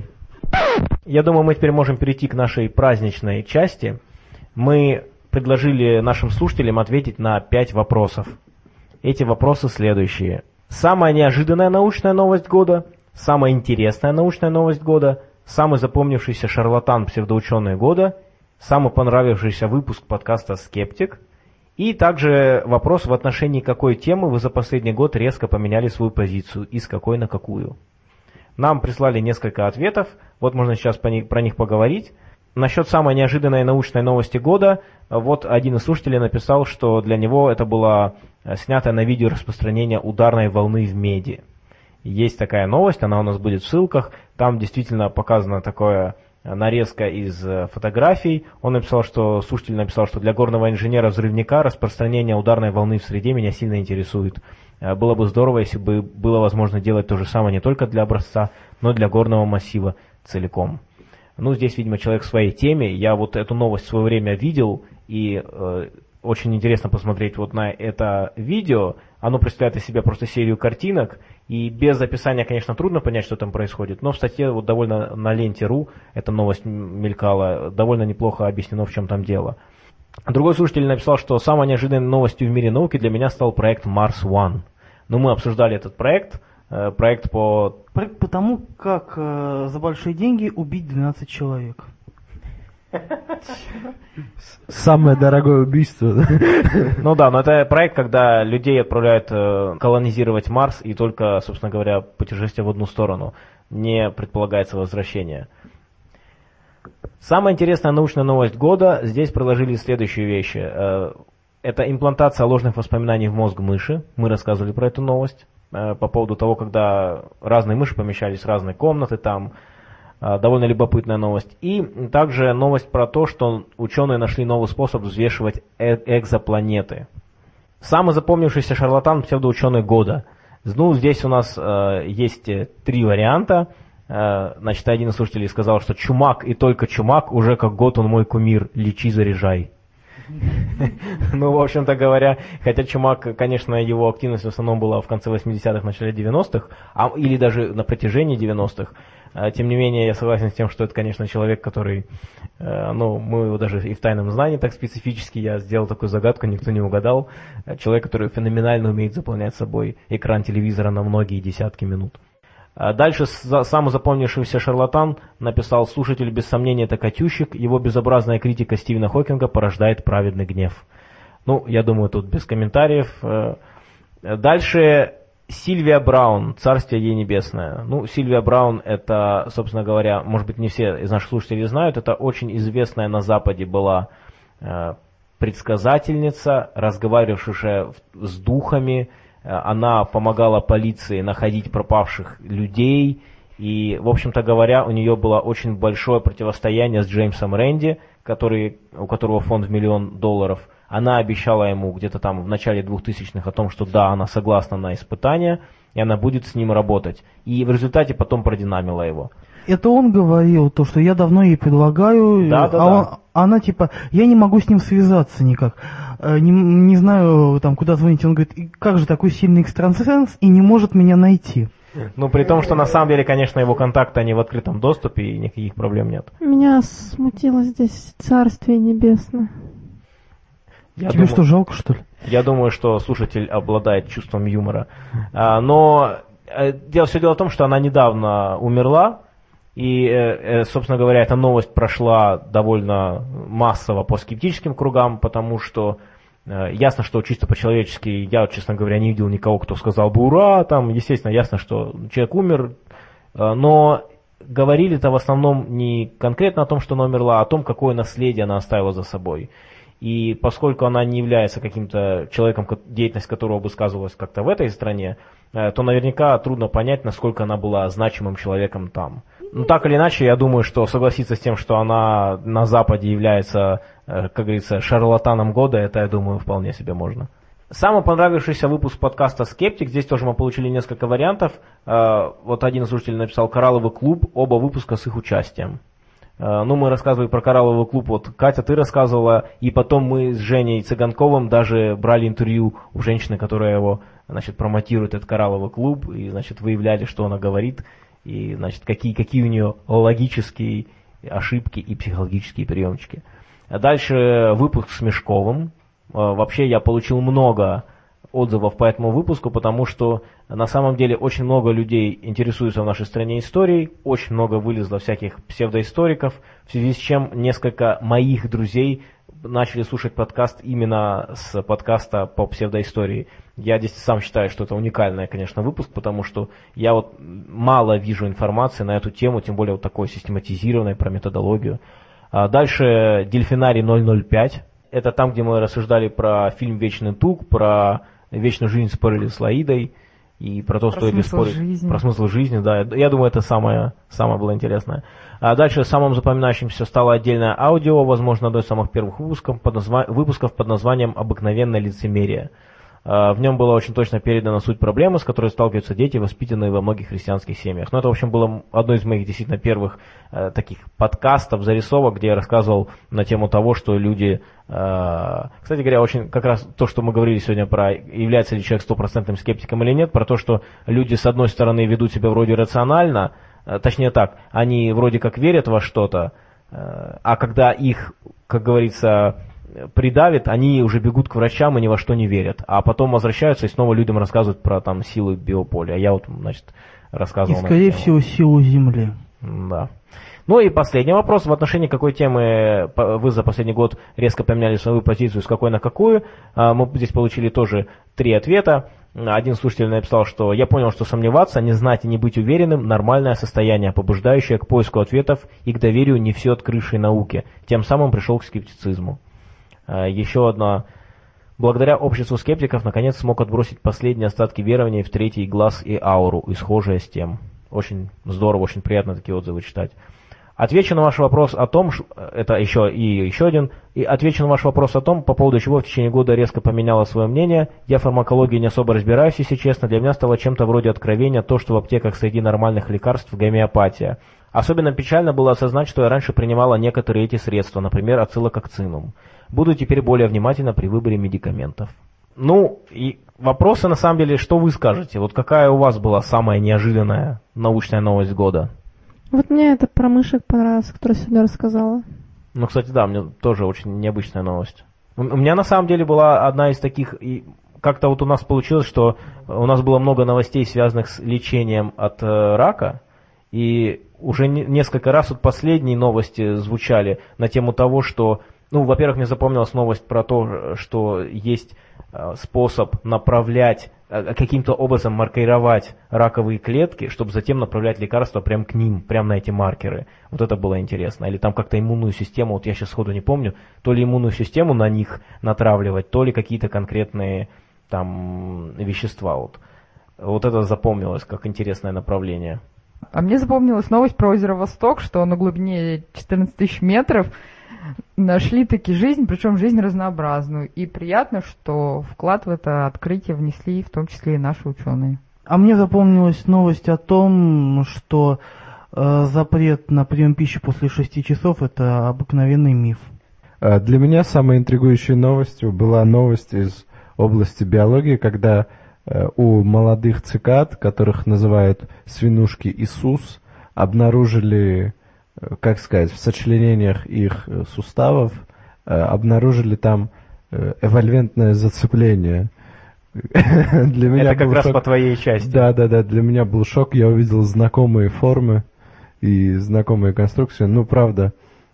Я думаю, мы теперь можем перейти к нашей праздничной части. Мы предложили нашим слушателям ответить на пять вопросов. Эти вопросы следующие. Самая неожиданная научная новость года, самая интересная научная новость года, самый запомнившийся шарлатан-псевдоученый года, самый понравившийся выпуск подкаста «Скептик», и также вопрос, в отношении какой темы вы за последний год резко поменяли свою позицию и с какой на какую. Нам прислали несколько ответов, вот можно сейчас про них, про них поговорить. Насчет самой неожиданной научной новости года, вот один из слушателей написал, что для него это было снятое на видео распространение ударной волны в меди. Есть такая новость, она у нас будет в ссылках, там действительно показано такое нарезка из фотографий. Он написал, что слушатель написал, что для горного инженера-взрывника распространение ударной волны в среде меня сильно интересует. Было бы здорово, если бы было возможно делать то же самое не только для образца, но и для горного массива целиком. Ну, здесь, видимо, человек в своей теме. Я вот эту новость в свое время видел, и э, очень интересно посмотреть вот на это видео. Оно представляет из себя просто серию картинок, и без описания, конечно, трудно понять, что там происходит, но в статье вот довольно на ленте точка ру эта новость мелькала, довольно неплохо объяснено, в чем там дело. Другой слушатель написал, что самой неожиданной новостью в мире науки для меня стал проект Марс One. Ну, мы обсуждали этот проект, э, проект по... Проект по тому, как э, за большие деньги убить двенадцать человек. Самое дорогое убийство. Ну да, но это проект, когда людей отправляют э, колонизировать Марс, и только, собственно говоря, путешествие в одну сторону. Не предполагается возвращение. Самая интересная научная новость года. Здесь приложили следующие вещи. Э, Это имплантация ложных воспоминаний в мозг мыши. Мы рассказывали про эту новость по поводу того, когда разные мыши помещались в разные комнаты, там довольно любопытная новость. И также новость про то, что ученые нашли новый способ взвешивать э- экзопланеты. Самый запомнившийся шарлатан псевдоученый года. Ну, здесь у нас э, есть три варианта. Э, значит, один из слушателей сказал, что Чумак и только Чумак, уже как год он мой кумир, лечи, заряжай. Ну, в общем-то говоря, хотя Чумак, конечно, его активность в основном была в конце восьмидесятых, начале девяностых, а, или даже на протяжении девяностых. Тем не менее, я согласен с тем, что это, конечно, человек, который, ну, мы его даже и в тайном знании так специфически, я сделал такую загадку, никто не угадал. Человек, который феноменально умеет заполнять собой экран телевизора на многие десятки минут. Дальше самый запомнившийся шарлатан написал: слушатель, без сомнения, это Катющик, его безобразная критика Стивена Хокинга порождает праведный гнев. Ну, я думаю, тут без комментариев. Дальше Сильвия Браун, царствие ей небесное. Ну, Сильвия Браун, это, собственно говоря, может быть, не все из наших слушателей знают, это очень известная на Западе была предсказательница, разговаривавшая с духами. Она помогала полиции находить пропавших людей. И, в общем-то говоря, у нее было очень большое противостояние с Джеймсом Рэнди, который, у которого фонд в миллион долларов. Она обещала ему где-то там в начале двухтысячных о том, что да, она согласна на испытание, и она будет с ним работать. И в результате потом продинамила его. Это он говорил, то, что я давно ей предлагаю, да, да, а да. Он, она типа, я не могу с ним связаться никак, не, не знаю, там, куда звонить. Он говорит, как же такой сильный экстрасенс и не может меня найти. Ну, при том, что на самом деле, конечно, его контакты, они в открытом доступе, и никаких проблем нет. Меня смутило здесь царствие небесное. Я Тебе думаю, что, жалко, что ли? Я думаю, что слушатель обладает чувством юмора. А, но э, дело, все дело в том, что она недавно умерла, и, э, собственно говоря, эта новость прошла довольно массово по скептическим кругам, потому что э, ясно, что чисто по-человечески, я, честно говоря, не видел никого, кто сказал бы «ура», там, естественно, ясно, что человек умер, э, но говорили-то в основном не конкретно о том, что она умерла, а о том, какое наследие она оставила за собой. И поскольку она не является каким-то человеком, деятельность которого бы сказывалась как-то в этой стране, то наверняка трудно понять, насколько она была значимым человеком там. Но так или иначе, я думаю, что согласиться с тем, что она на Западе является, как говорится, шарлатаном года, это, я думаю, вполне себе можно. Самый понравившийся выпуск подкаста «Скептик», здесь тоже мы получили несколько вариантов. Вот один из слушателей написал «Коралловый клуб», оба выпуска с их участием. Ну, мы рассказывали про Коралловый клуб, вот Катя, ты рассказывала, и потом мы с Женей Цыганковым даже брали интервью у женщины, которая его, значит, промотирует, этот Коралловый клуб, и, значит, выявляли, что она говорит, и, значит, какие, какие у нее логические ошибки и психологические приемчики. А дальше выпуск с Мешковым. Вообще я получил много отзывов по этому выпуску, потому что на самом деле очень много людей интересуются в нашей стране историей, очень много вылезло всяких псевдоисториков, в связи с чем несколько моих друзей начали слушать подкаст именно с подкаста по псевдоистории. Я здесь сам считаю, что это уникальный, конечно, выпуск, потому что я вот мало вижу информации на эту тему, тем более вот такой систематизированной, про методологию. А дальше «Дельфинарий ноль ноль пять». Это там, где мы рассуждали про фильм «Вечный тук», про вечную жизнь, спорили с Лаидой, и про то, про стоит ли спорить жизни. Про смысл жизни, да. Я думаю, это самое, самое было интересное. А дальше самым запоминающимся стало отдельное аудио, возможно, одно из самых первых выпусков под, назва... выпусков под названием «Обыкновенное лицемерие». В нем была очень точно передана суть проблемы, с которой сталкиваются дети, воспитанные во многих христианских семьях. Но это, в общем, было одно из моих действительно первых э, таких подкастов, зарисовок, где я рассказывал на тему того, что люди... Э, кстати говоря, очень как раз то, что мы говорили сегодня про является ли человек стопроцентным скептиком или нет, про то, что люди, с одной стороны, ведут себя вроде рационально, э, точнее так, они вроде как верят во что-то, э, а когда их, как говорится... придавит, они уже бегут к врачам и ни во что не верят. А потом возвращаются и снова людям рассказывают про там силу биополя. Я вот, значит, рассказывал. И, скорее всего, силу Земли. Да. Ну и последний вопрос. В отношении какой темы вы за последний год резко поменяли свою позицию, с какой на какую? Мы здесь получили тоже три ответа. Один слушатель написал, что я понял, что сомневаться, не знать и не быть уверенным – нормальное состояние, побуждающее к поиску ответов и к доверию не все открывшей науке. Тем самым пришел к скептицизму. Еще одна благодаря обществу скептиков наконец смог отбросить последние остатки верования в третий глаз и ауру, и схожее с тем. Очень здорово, очень приятно такие отзывы читать. Отвечу на ваш вопрос о том, это еще и еще один, и отвечу на ваш вопрос о том, по поводу чего в течение года резко поменяла свое мнение. Я в фармакологии не особо разбираюсь, если честно. Для меня стало чем-то вроде откровения то, что в аптеках среди нормальных лекарств гомеопатия. Особенно печально было осознать, что я раньше принимала некоторые эти средства, например, ацилококцинум. Буду теперь более внимательна при выборе медикаментов. Ну, и вопросы на самом деле, что вы скажете? Вот какая у вас была самая неожиданная научная новость года? Вот мне это про мышек понравилось, которую сегодня рассказала. Ну, кстати, да, мне тоже очень необычная новость. У меня на самом деле была одна из таких, и как-то вот у нас получилось, что у нас было много новостей, связанных с лечением от э, рака, и уже не, несколько раз вот последние новости звучали на тему того, что, ну, во-первых, мне запомнилась новость про то, что есть э, способ направлять, каким-то образом маркировать раковые клетки, чтобы затем направлять лекарства прямо к ним, прямо на эти маркеры. Вот это было интересно. Или там как-то иммунную систему, вот я сейчас сходу не помню, то ли иммунную систему на них натравливать, то ли какие-то конкретные там вещества. Вот, вот это запомнилось как интересное направление. А мне запомнилась новость про озеро Восток, что на глубине четырнадцать тысяч метров нашли таки жизнь, причем жизнь разнообразную. И приятно, что вклад в это открытие внесли в том числе и наши ученые. А мне запомнилась новость о том, что э, запрет на прием пищи после шести часов – это обыкновенный миф. Для меня самой интригующей новостью была новость из области биологии, когда э, у молодых цикад, которых называют свинушки Иисус, обнаружили, как сказать, в сочленениях их суставов обнаружили там эвольвентное зацепление. Для меня это как раз шок. По твоей части. Да, да, да, для меня был шок. Я увидел знакомые формы и знакомые конструкции. Ну, правда,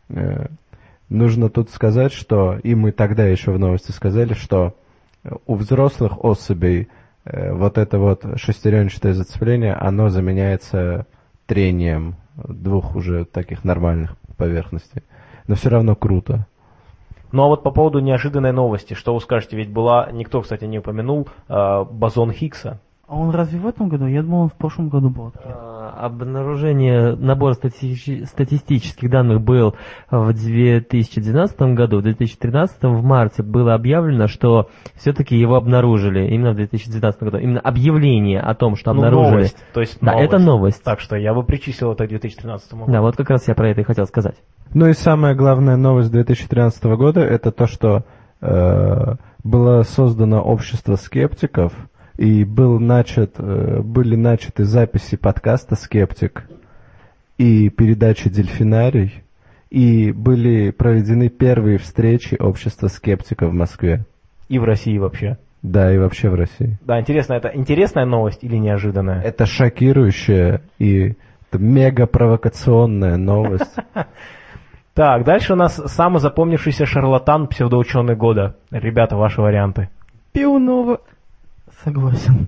нужно тут сказать, что, и мы тогда еще в новости сказали, что у взрослых особей вот это вот шестеренчатое зацепление, оно заменяется трением двух уже таких нормальных поверхностей. Но все равно круто. Ну а вот по поводу неожиданной новости, что вы скажете, ведь была, никто, кстати, не упомянул, э, бозон Хиггса. А он разве в этом году? Я думал, он в прошлом году был. Обнаружение, набор стати- статистических данных был в две тысячи двенадцатом году, в две тысячи тринадцатом в марте было объявлено, что все-таки его обнаружили именно в две тысячи двенадцатом году. Именно объявление о том, что ну, обнаружили. Новость, то есть да, новость. это новость. Так что я бы причислил это к две тысячи тринадцатому году. Да, вот как раз я про это и хотел сказать. Ну и самая главная новость две тысячи тринадцатого года это то, что э, было создано общество скептиков, и был начат, были начаты записи подкаста «Скептик» и передачи «Дельфинарий», и были проведены первые встречи общества скептиков в Москве. И в России вообще. Да, и вообще в России. Да, интересно, это интересная новость или неожиданная? Это шокирующая и мега-провокационная новость. Так, дальше у нас самый запомнившийся шарлатан псевдоученый года. Ребята, ваши варианты. Пионова. Согласен.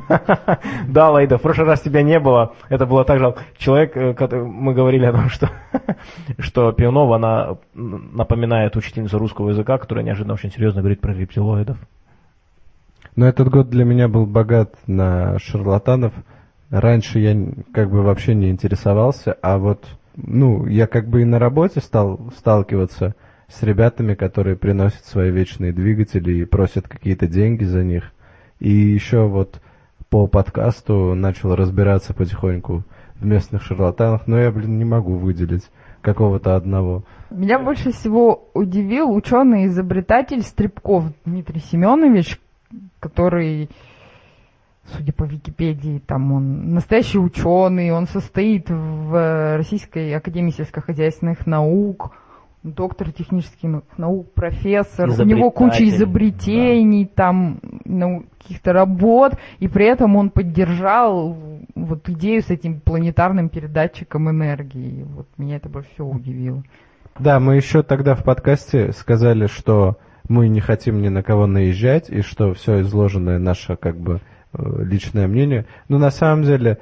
Да, Лейда, в прошлый раз тебя не было. Это было так жалко. Человек, мы говорили о том, что, что Пионова, она напоминает учительницу русского языка, которая неожиданно очень серьезно говорит про рептилоидов. Но этот год для меня был богат на шарлатанов. Раньше я как бы вообще не интересовался, а вот, ну, я как бы и на работе стал сталкиваться с ребятами, которые приносят свои вечные двигатели и просят какие-то деньги за них. И еще вот по подкасту начал разбираться потихоньку в местных шарлатанах, но я, блин, не могу выделить какого-то одного. Меня больше всего удивил ученый-изобретатель Стрипков Дмитрий Семенович, который, судя по Википедии, там он настоящий ученый, он состоит в Российской академии сельскохозяйственных наук, доктор технических наук, профессор, у него куча изобретений, да. там ну, каких-то работ, и при этом он поддержал вот идею с этим планетарным передатчиком энергии. Вот меня это больше всего удивило. Да, мы еще тогда в подкасте сказали, что мы не хотим ни на кого наезжать, и что все изложенное наше как бы личное мнение. Но на самом деле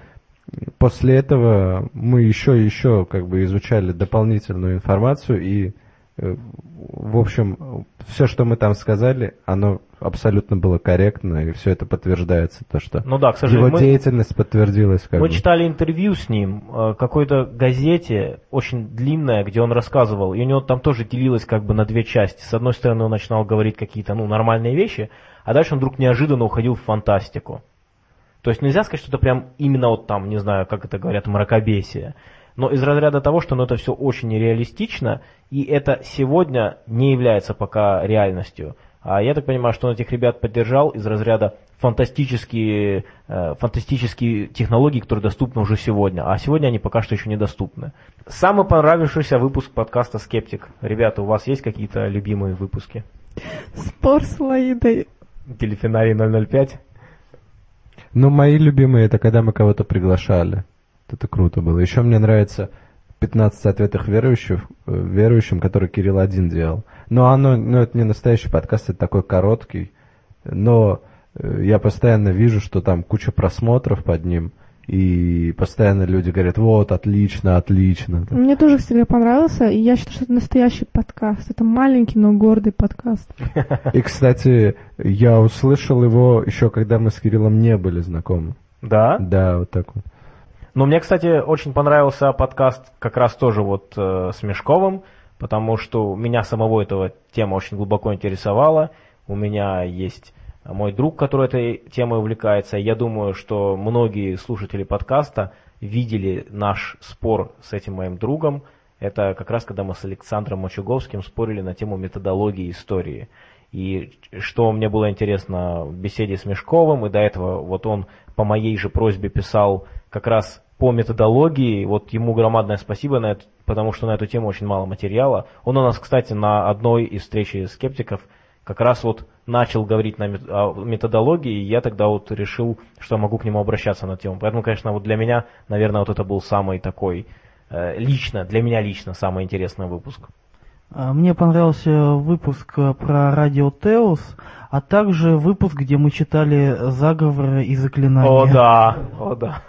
после этого мы еще и еще как бы изучали дополнительную информацию, и В общем, все, что мы там сказали, оно абсолютно было корректно, и все это подтверждается, то, что ну да, к сожалению, его мы, деятельность подтвердилась. Как мы бы. читали интервью с ним в какой-то газете, очень длинное, где он рассказывал, и у него там тоже делилось как бы на две части. С одной стороны, он начинал говорить какие-то ну, нормальные вещи, а дальше он вдруг неожиданно уходил в фантастику. То есть нельзя сказать, что это прям именно вот там, не знаю, как это говорят, мракобесие. Но из разряда того, что ну, это все очень нереалистично, и это сегодня не является пока реальностью. А я так понимаю, что он этих ребят поддержал из разряда фантастические, э, фантастические технологии, которые доступны уже сегодня. А сегодня они пока что еще недоступны. Самый понравившийся выпуск подкаста «Скептик». Ребята, у вас есть какие-то любимые выпуски? Спор с Лаидой. Дельфинарий ноль ноль пять? Ну, мои любимые, это когда мы кого-то приглашали. Это круто было. Еще мне нравится пятнадцать ответов верующих, верующим, который Кирилл один делал. Но оно, ну, это не настоящий подкаст, это такой короткий. Но я постоянно вижу, что там куча просмотров под ним. И постоянно люди говорят, вот, отлично, отлично. Мне тоже, кстати, понравился. И я считаю, что это настоящий подкаст. Это маленький, но гордый подкаст. И, кстати, я услышал его еще когда мы с Кириллом не были знакомы. Да? Да, вот так вот. Ну, мне, кстати, очень понравился подкаст как раз тоже вот э, с Мешковым, потому что меня самого эта тема очень глубоко интересовала. У меня есть мой друг, который этой темой увлекается. Я думаю, что многие слушатели подкаста видели наш спор с этим моим другом. Это как раз когда мы с Александром Мочуговским спорили на тему методологии истории. И что мне было интересно в беседе с Мешковым, и до этого вот он по моей же просьбе писал как раз по методологии, вот ему громадное спасибо, на это, потому что на эту тему очень мало материала. Он у нас, кстати, на одной из встреч скептиков как раз вот начал говорить на о методологии, и я тогда вот решил, что я могу к нему обращаться на тему. Поэтому, конечно, вот для меня, наверное, вот это был самый такой, э, лично, для меня лично самый интересный выпуск. Мне понравился выпуск про радио Теос, а также выпуск, где мы читали заговоры и заклинания. О да, о да.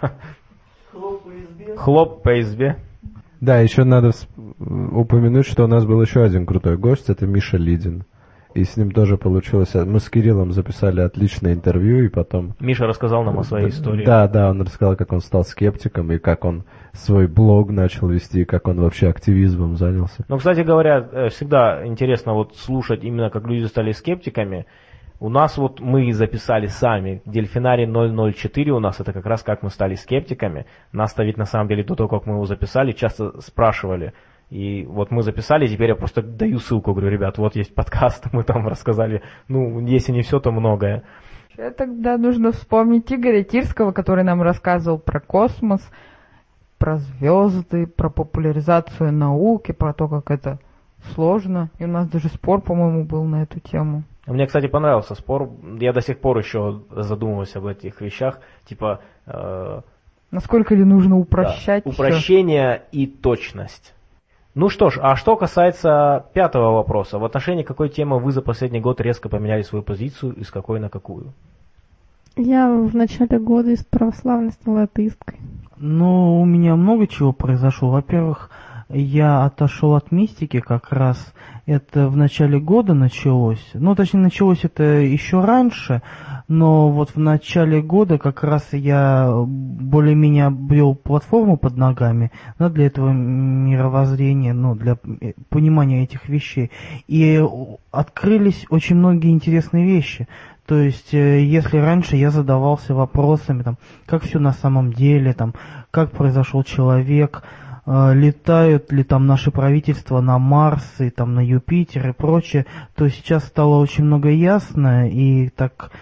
Хлоп по избе. Да, еще надо упомянуть, что у нас был еще один крутой гость, это Миша Лидин. И с ним тоже получилось. Мы с Кириллом записали отличное интервью, и потом... Миша рассказал нам о своей истории. Да, да, он рассказал, как он стал скептиком, и как он свой блог начал вести, как он вообще активизмом занялся. Ну, кстати говоря, всегда интересно вот слушать именно, как люди стали скептиками. У нас вот мы записали сами, Дельфинарий ноль ноль четыре у нас, это как раз как мы стали скептиками. Нас-то ведь на самом деле до того, как мы его записали, часто спрашивали. И вот мы записали, теперь я просто даю ссылку, говорю, ребят, вот есть подкаст, мы там рассказали, ну, если не все, то многое. Тогда нужно вспомнить Игоря Тирского, который нам рассказывал про космос, про звезды, про популяризацию науки, про то, как это сложно. И у нас даже спор, по-моему, был на эту тему. Мне, кстати, понравился спор. Я до сих пор еще задумываюсь об этих вещах. Типа... Э, Насколько ли нужно упрощать? Да, упрощение и точность. Ну что ж, а что касается пятого вопроса. В отношении какой темы вы за последний год резко поменяли свою позицию и с какой на какую? Я в начале года из православной стала атеисткой. Ну, у меня много чего произошло. Во-первых, я отошел от мистики как раз. Это в начале года началось. Ну, точнее, началось это еще раньше. Но вот в начале года как раз я более-менее обрел платформу под ногами, да, для этого мировоззрения, ну, для понимания этих вещей. И открылись очень многие интересные вещи. То есть, если раньше я задавался вопросами, там, как все на самом деле, там, как произошел человек, летают ли там наши правительства на Марс и там на Юпитер и прочее, то сейчас стало очень много ясно, и так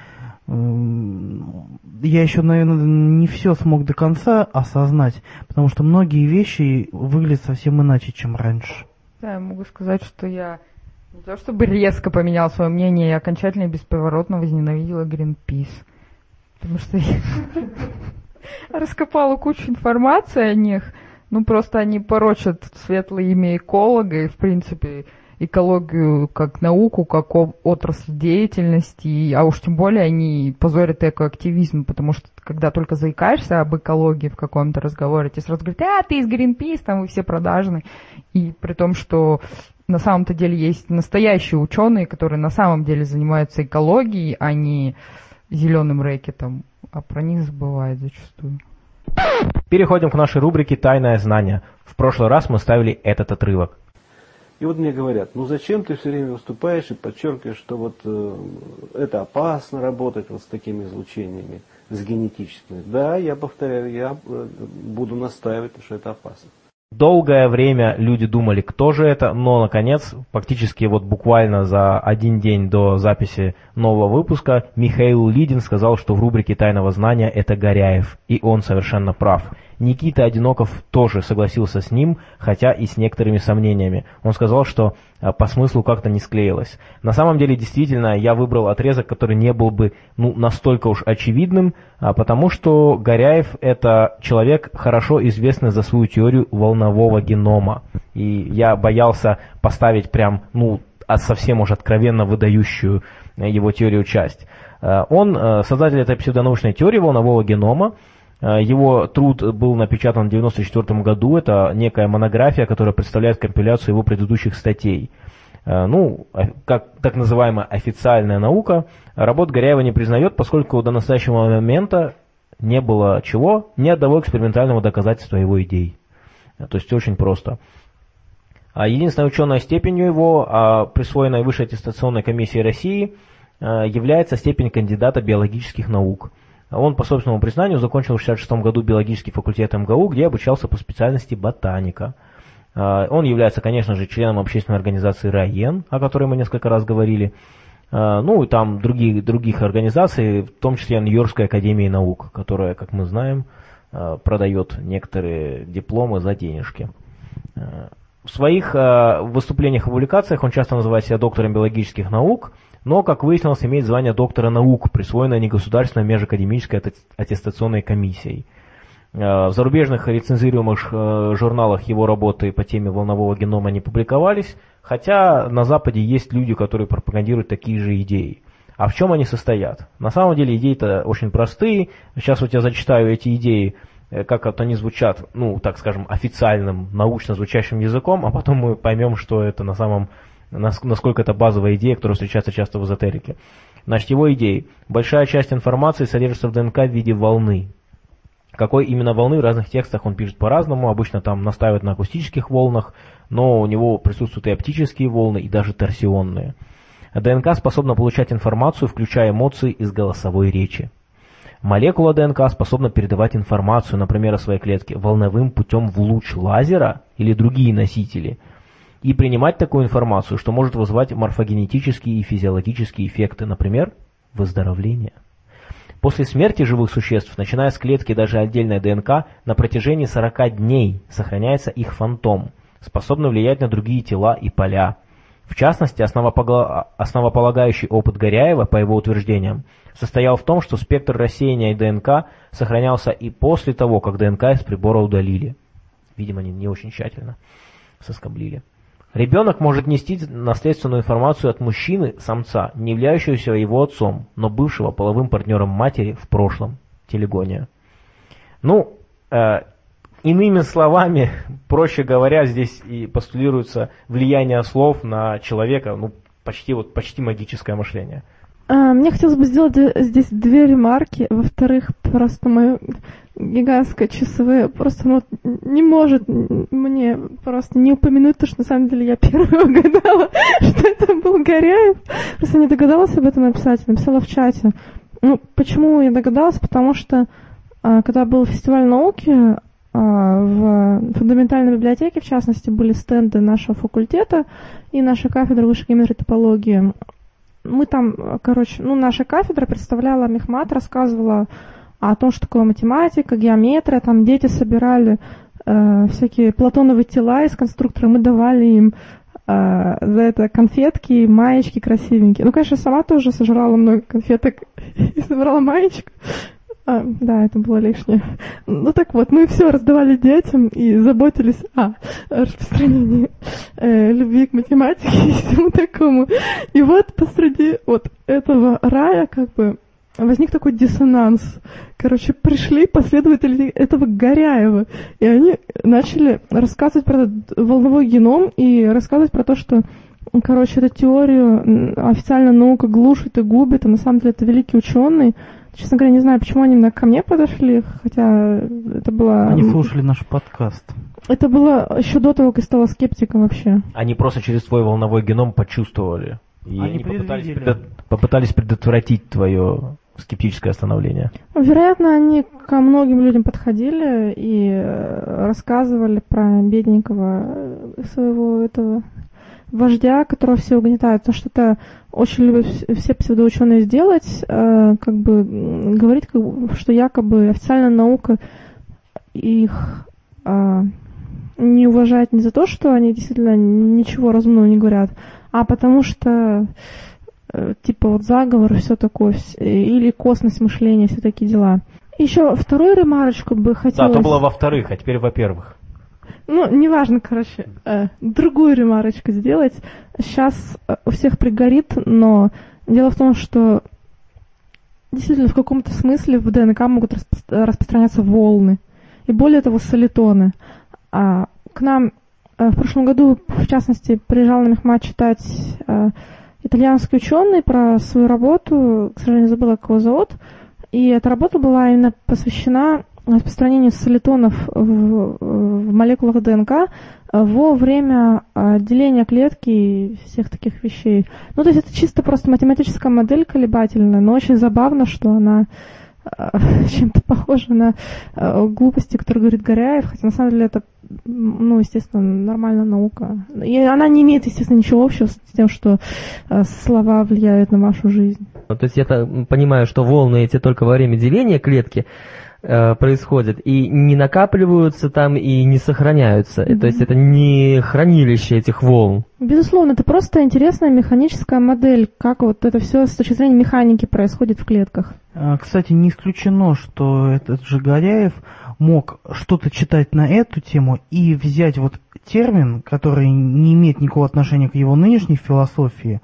я еще, наверное, не все смог до конца осознать, потому что многие вещи выглядят совсем иначе, чем раньше. Да, я могу сказать, что я не то чтобы резко поменял свое мнение, я окончательно и бесповоротно возненавидела Greenpeace. Потому что я раскопала кучу информации о них. Ну, просто они порочат светлое имя эколога, и, в принципе, экологию как науку, как отрасль деятельности, а уж тем более они позорят экоактивизм, потому что когда только заикаешься об экологии в каком-то разговоре, тебе сразу говорят: а, ты из Greenpeace, там вы все продажные. И при том, что на самом-то деле есть настоящие ученые, которые на самом деле занимаются экологией, а не зеленым рэкетом, а про них забывают зачастую. Переходим к нашей рубрике «Тайное знание». В прошлый раз мы ставили этот отрывок. И вот мне говорят: ну зачем ты все время выступаешь и подчеркиваешь, что вот э, это опасно работать вот с такими излучениями, с генетическими. Да, я повторяю, я э, буду настаивать, что это опасно. Долгое время люди думали, кто же это, но, наконец, фактически вот буквально за один день до записи нового выпуска Михаил Лидин сказал, что в рубрике «Тайного знания» это Горяев, и он совершенно прав. Никита Одиноков тоже согласился с ним, хотя и с некоторыми сомнениями. Он сказал, что по смыслу как-то не склеилось. На самом деле, действительно, я выбрал отрезок, который не был бы ну, настолько уж очевидным, потому что Горяев – это человек, хорошо известный за свою теорию волнового генома. И я боялся поставить прям, ну, совсем уж откровенно выдающую его теорию часть. Он создатель этой псевдонаучной теории волнового генома. Его труд был напечатан в девяносто четвёртом году. Это некая монография, которая представляет компиляцию его предыдущих статей. Ну, как так называемая официальная наука, работ Горяева не признает, поскольку до настоящего момента не было чего, ни одного экспериментального доказательства его идей. То есть очень просто. А единственной ученой степенью его, присвоенной Высшей аттестационной комиссией России, является степень кандидата биологических наук. Он, по собственному признанию, закончил в шестьдесят шестом году биологический факультет эм гэ у, где обучался по специальности ботаника. Он является, конечно же, членом общественной организации РАЕН, о которой мы несколько раз говорили. Ну и там других, других организаций, в том числе Нью-Йоркской академии наук, которая, как мы знаем, продает некоторые дипломы за денежки. В своих выступлениях и публикациях он часто называет себя доктором биологических наук, но, как выяснилось, имеет звание доктора наук, присвоенное негосударственной межакадемической аттестационной комиссией. В зарубежных рецензируемых журналах его работы по теме волнового генома не публиковались, хотя на Западе есть люди, которые пропагандируют такие же идеи. А в чем они состоят? На самом деле идеи-то очень простые. Сейчас вот я зачитаю эти идеи, как вот они звучат, ну, так скажем, официальным, научно звучащим языком, а потом мы поймем, что это на самом насколько это базовая идея, которая встречается часто в эзотерике. Значит, его идеи. Большая часть информации содержится в ДНК в виде волны. Какой именно волны в разных текстах он пишет по-разному. Обычно там настаивает на акустических волнах, но у него присутствуют и оптические волны, и даже торсионные. ДНК способна получать информацию, включая эмоции из голосовой речи. Молекула ДНК способна передавать информацию, например, о своей клетке, волновым путем в луч лазера или другие носители, и принимать такую информацию, что может вызвать морфогенетические и физиологические эффекты, например, выздоровление. После смерти живых существ, начиная с клетки даже отдельной ДНК, на протяжении сорока дней сохраняется их фантом, способный влиять на другие тела и поля. В частности, основополагающий опыт Горяева, по его утверждениям, состоял в том, что спектр рассеяния ДНК сохранялся и после того, как ДНК из прибора удалили. Видимо, не, не очень тщательно соскоблили. Ребенок может нести наследственную информацию от мужчины, самца, не являющегося его отцом, но бывшего половым партнером матери в прошлом. Телегония. Ну, э, иными словами, проще говоря, здесь и постулируется влияние слов на человека, ну, почти, вот, почти магическое мышление. А, мне хотелось бы сделать здесь две ремарки. Во-вторых, просто мое гигантское ЧСВ просто ну, не может мне просто не упомянуть то, что на самом деле я первая угадала, что это был Горяев. Просто не догадалась об этом написать, написала в чате. Ну, почему я догадалась? Потому что а, когда был фестиваль науки, а, в фундаментальной библиотеке, в частности, были стенды нашего факультета и нашей кафедры высшей геометрии и топологии. Мы там, короче, ну, наша кафедра представляла мехмат, рассказывала о том, что такое математика, геометрия, там дети собирали э, всякие платоновые тела из конструктора, мы давали им э, за это конфетки, маечки красивенькие. Ну, конечно, сама тоже сожрала много конфеток и собрала маечку. А, да, это было лишнее. Ну так вот, мы все раздавали детям и заботились о распространении э, любви к математике и всему такому. И вот посреди вот этого рая как бы возник такой диссонанс. Короче, пришли последователи этого Горяева, и они начали рассказывать про этот волновой геном и рассказывать про то, что, короче, эту теорию официально наука глушит и губит, а на самом деле это великий ученый. Честно говоря, не знаю, почему они именно ко мне подошли, хотя это было... Они слушали наш подкаст. Это было еще до того, как я стала скептиком вообще. Они просто через твой волновой геном почувствовали. И они, они попытались, предо... попытались предотвратить твое скептическое становление. Вероятно, они ко многим людям подходили и рассказывали про бедненького своего этого... вождя, которого все угнетают, потому что это очень любят все псевдоученые сделать, э, как бы говорить, как бы, что якобы официальная наука их э, не уважает не за то, что они действительно ничего разумного не говорят, а потому что э, типа вот заговор и все такое, или косность мышления, все такие дела. Еще вторую ремарочку бы хотелось... Да, то было во-вторых, а теперь во-первых. Ну, неважно, короче, э, другую ремарочку сделать. Сейчас э, у всех пригорит, но дело в том, что действительно в каком-то смысле в ДНК могут распро- распространяться волны. И более того, солитоны. А, к нам э, в прошлом году, в частности, приезжал на Мехмат читать э, итальянский ученый про свою работу, к сожалению, забыла, как его зовут. И эта работа была именно посвящена распространению солитонов в, в молекулах ДНК во время деления клетки и всех таких вещей. Ну, то есть это чисто просто математическая модель колебательная, но очень забавно, что она чем-то похожа на глупости, которые говорит Горяев, хотя на самом деле это, ну, естественно, нормальная наука. И она не имеет, естественно, ничего общего с тем, что слова влияют на вашу жизнь. То есть я понимаю, что волны эти только во время деления клетки происходят и не накапливаются там и не сохраняются. Mm-hmm. То есть это не хранилище этих волн. Безусловно, это просто интересная механическая модель, как вот это все с точки зрения механики происходит в клетках. Кстати, не исключено, что этот же Горяев мог что-то читать на эту тему и взять вот термин, который не имеет никакого отношения к его нынешней философии,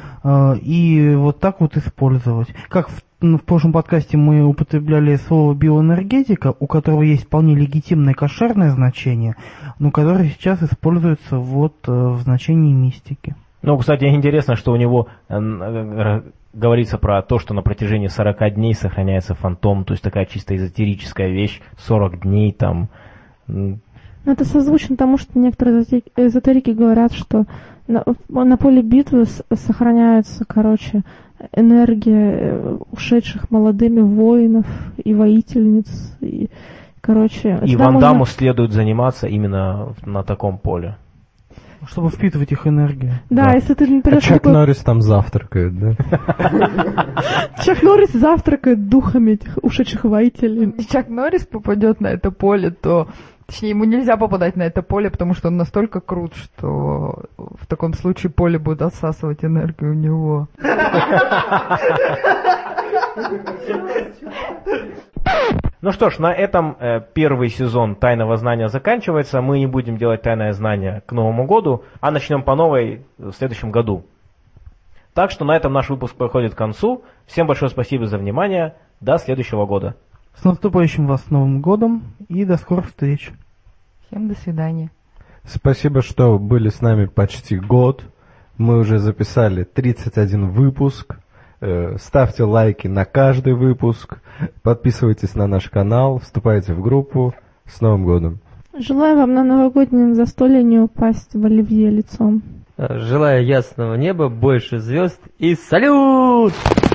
и вот так вот использовать. Как в, в прошлом подкасте мы употребляли слово биоэнергетика, у которого есть вполне легитимное кошерное значение, но которое сейчас используется вот в значении мистики. Ну, кстати, интересно, что у него говорится про то, что на протяжении сорок дней сохраняется фантом, то есть такая чисто эзотерическая вещь, сорок дней там. Это созвучно тому, что некоторые эзотерики говорят, что на, на поле битвы сохраняется, короче, энергия ушедших молодыми воинов и воительниц. И, короче, и Ван Дамму можно... следует заниматься именно на таком поле. Чтобы впитывать их энергию. Да, да. Если ты, например, а Чак такой... Норрис там завтракает, да? Чак Норрис завтракает духами этих ушедших воителей. Если Чак Норрис попадет на это поле, то... Точнее, ему нельзя попадать на это поле, потому что он настолько крут, что в таком случае поле будет отсасывать энергию у него. Ну что ж, на этом э, первый сезон «Тайного знания» заканчивается. Мы не будем делать «Тайное знание» к Новому году, а начнем по новой в следующем году. Так что на этом наш выпуск подходит к концу. Всем большое спасибо за внимание. До следующего года. С наступающим вас Новым годом и до скорых встреч. Всем до свидания. Спасибо, что были с нами почти год. Мы уже записали тридцать один выпуск. Ставьте лайки на каждый выпуск. Подписывайтесь на наш канал. Вступайте в группу. С Новым годом. Желаю вам на новогоднем застолье не упасть в оливье лицом. Желаю ясного неба, больше звезд и салют!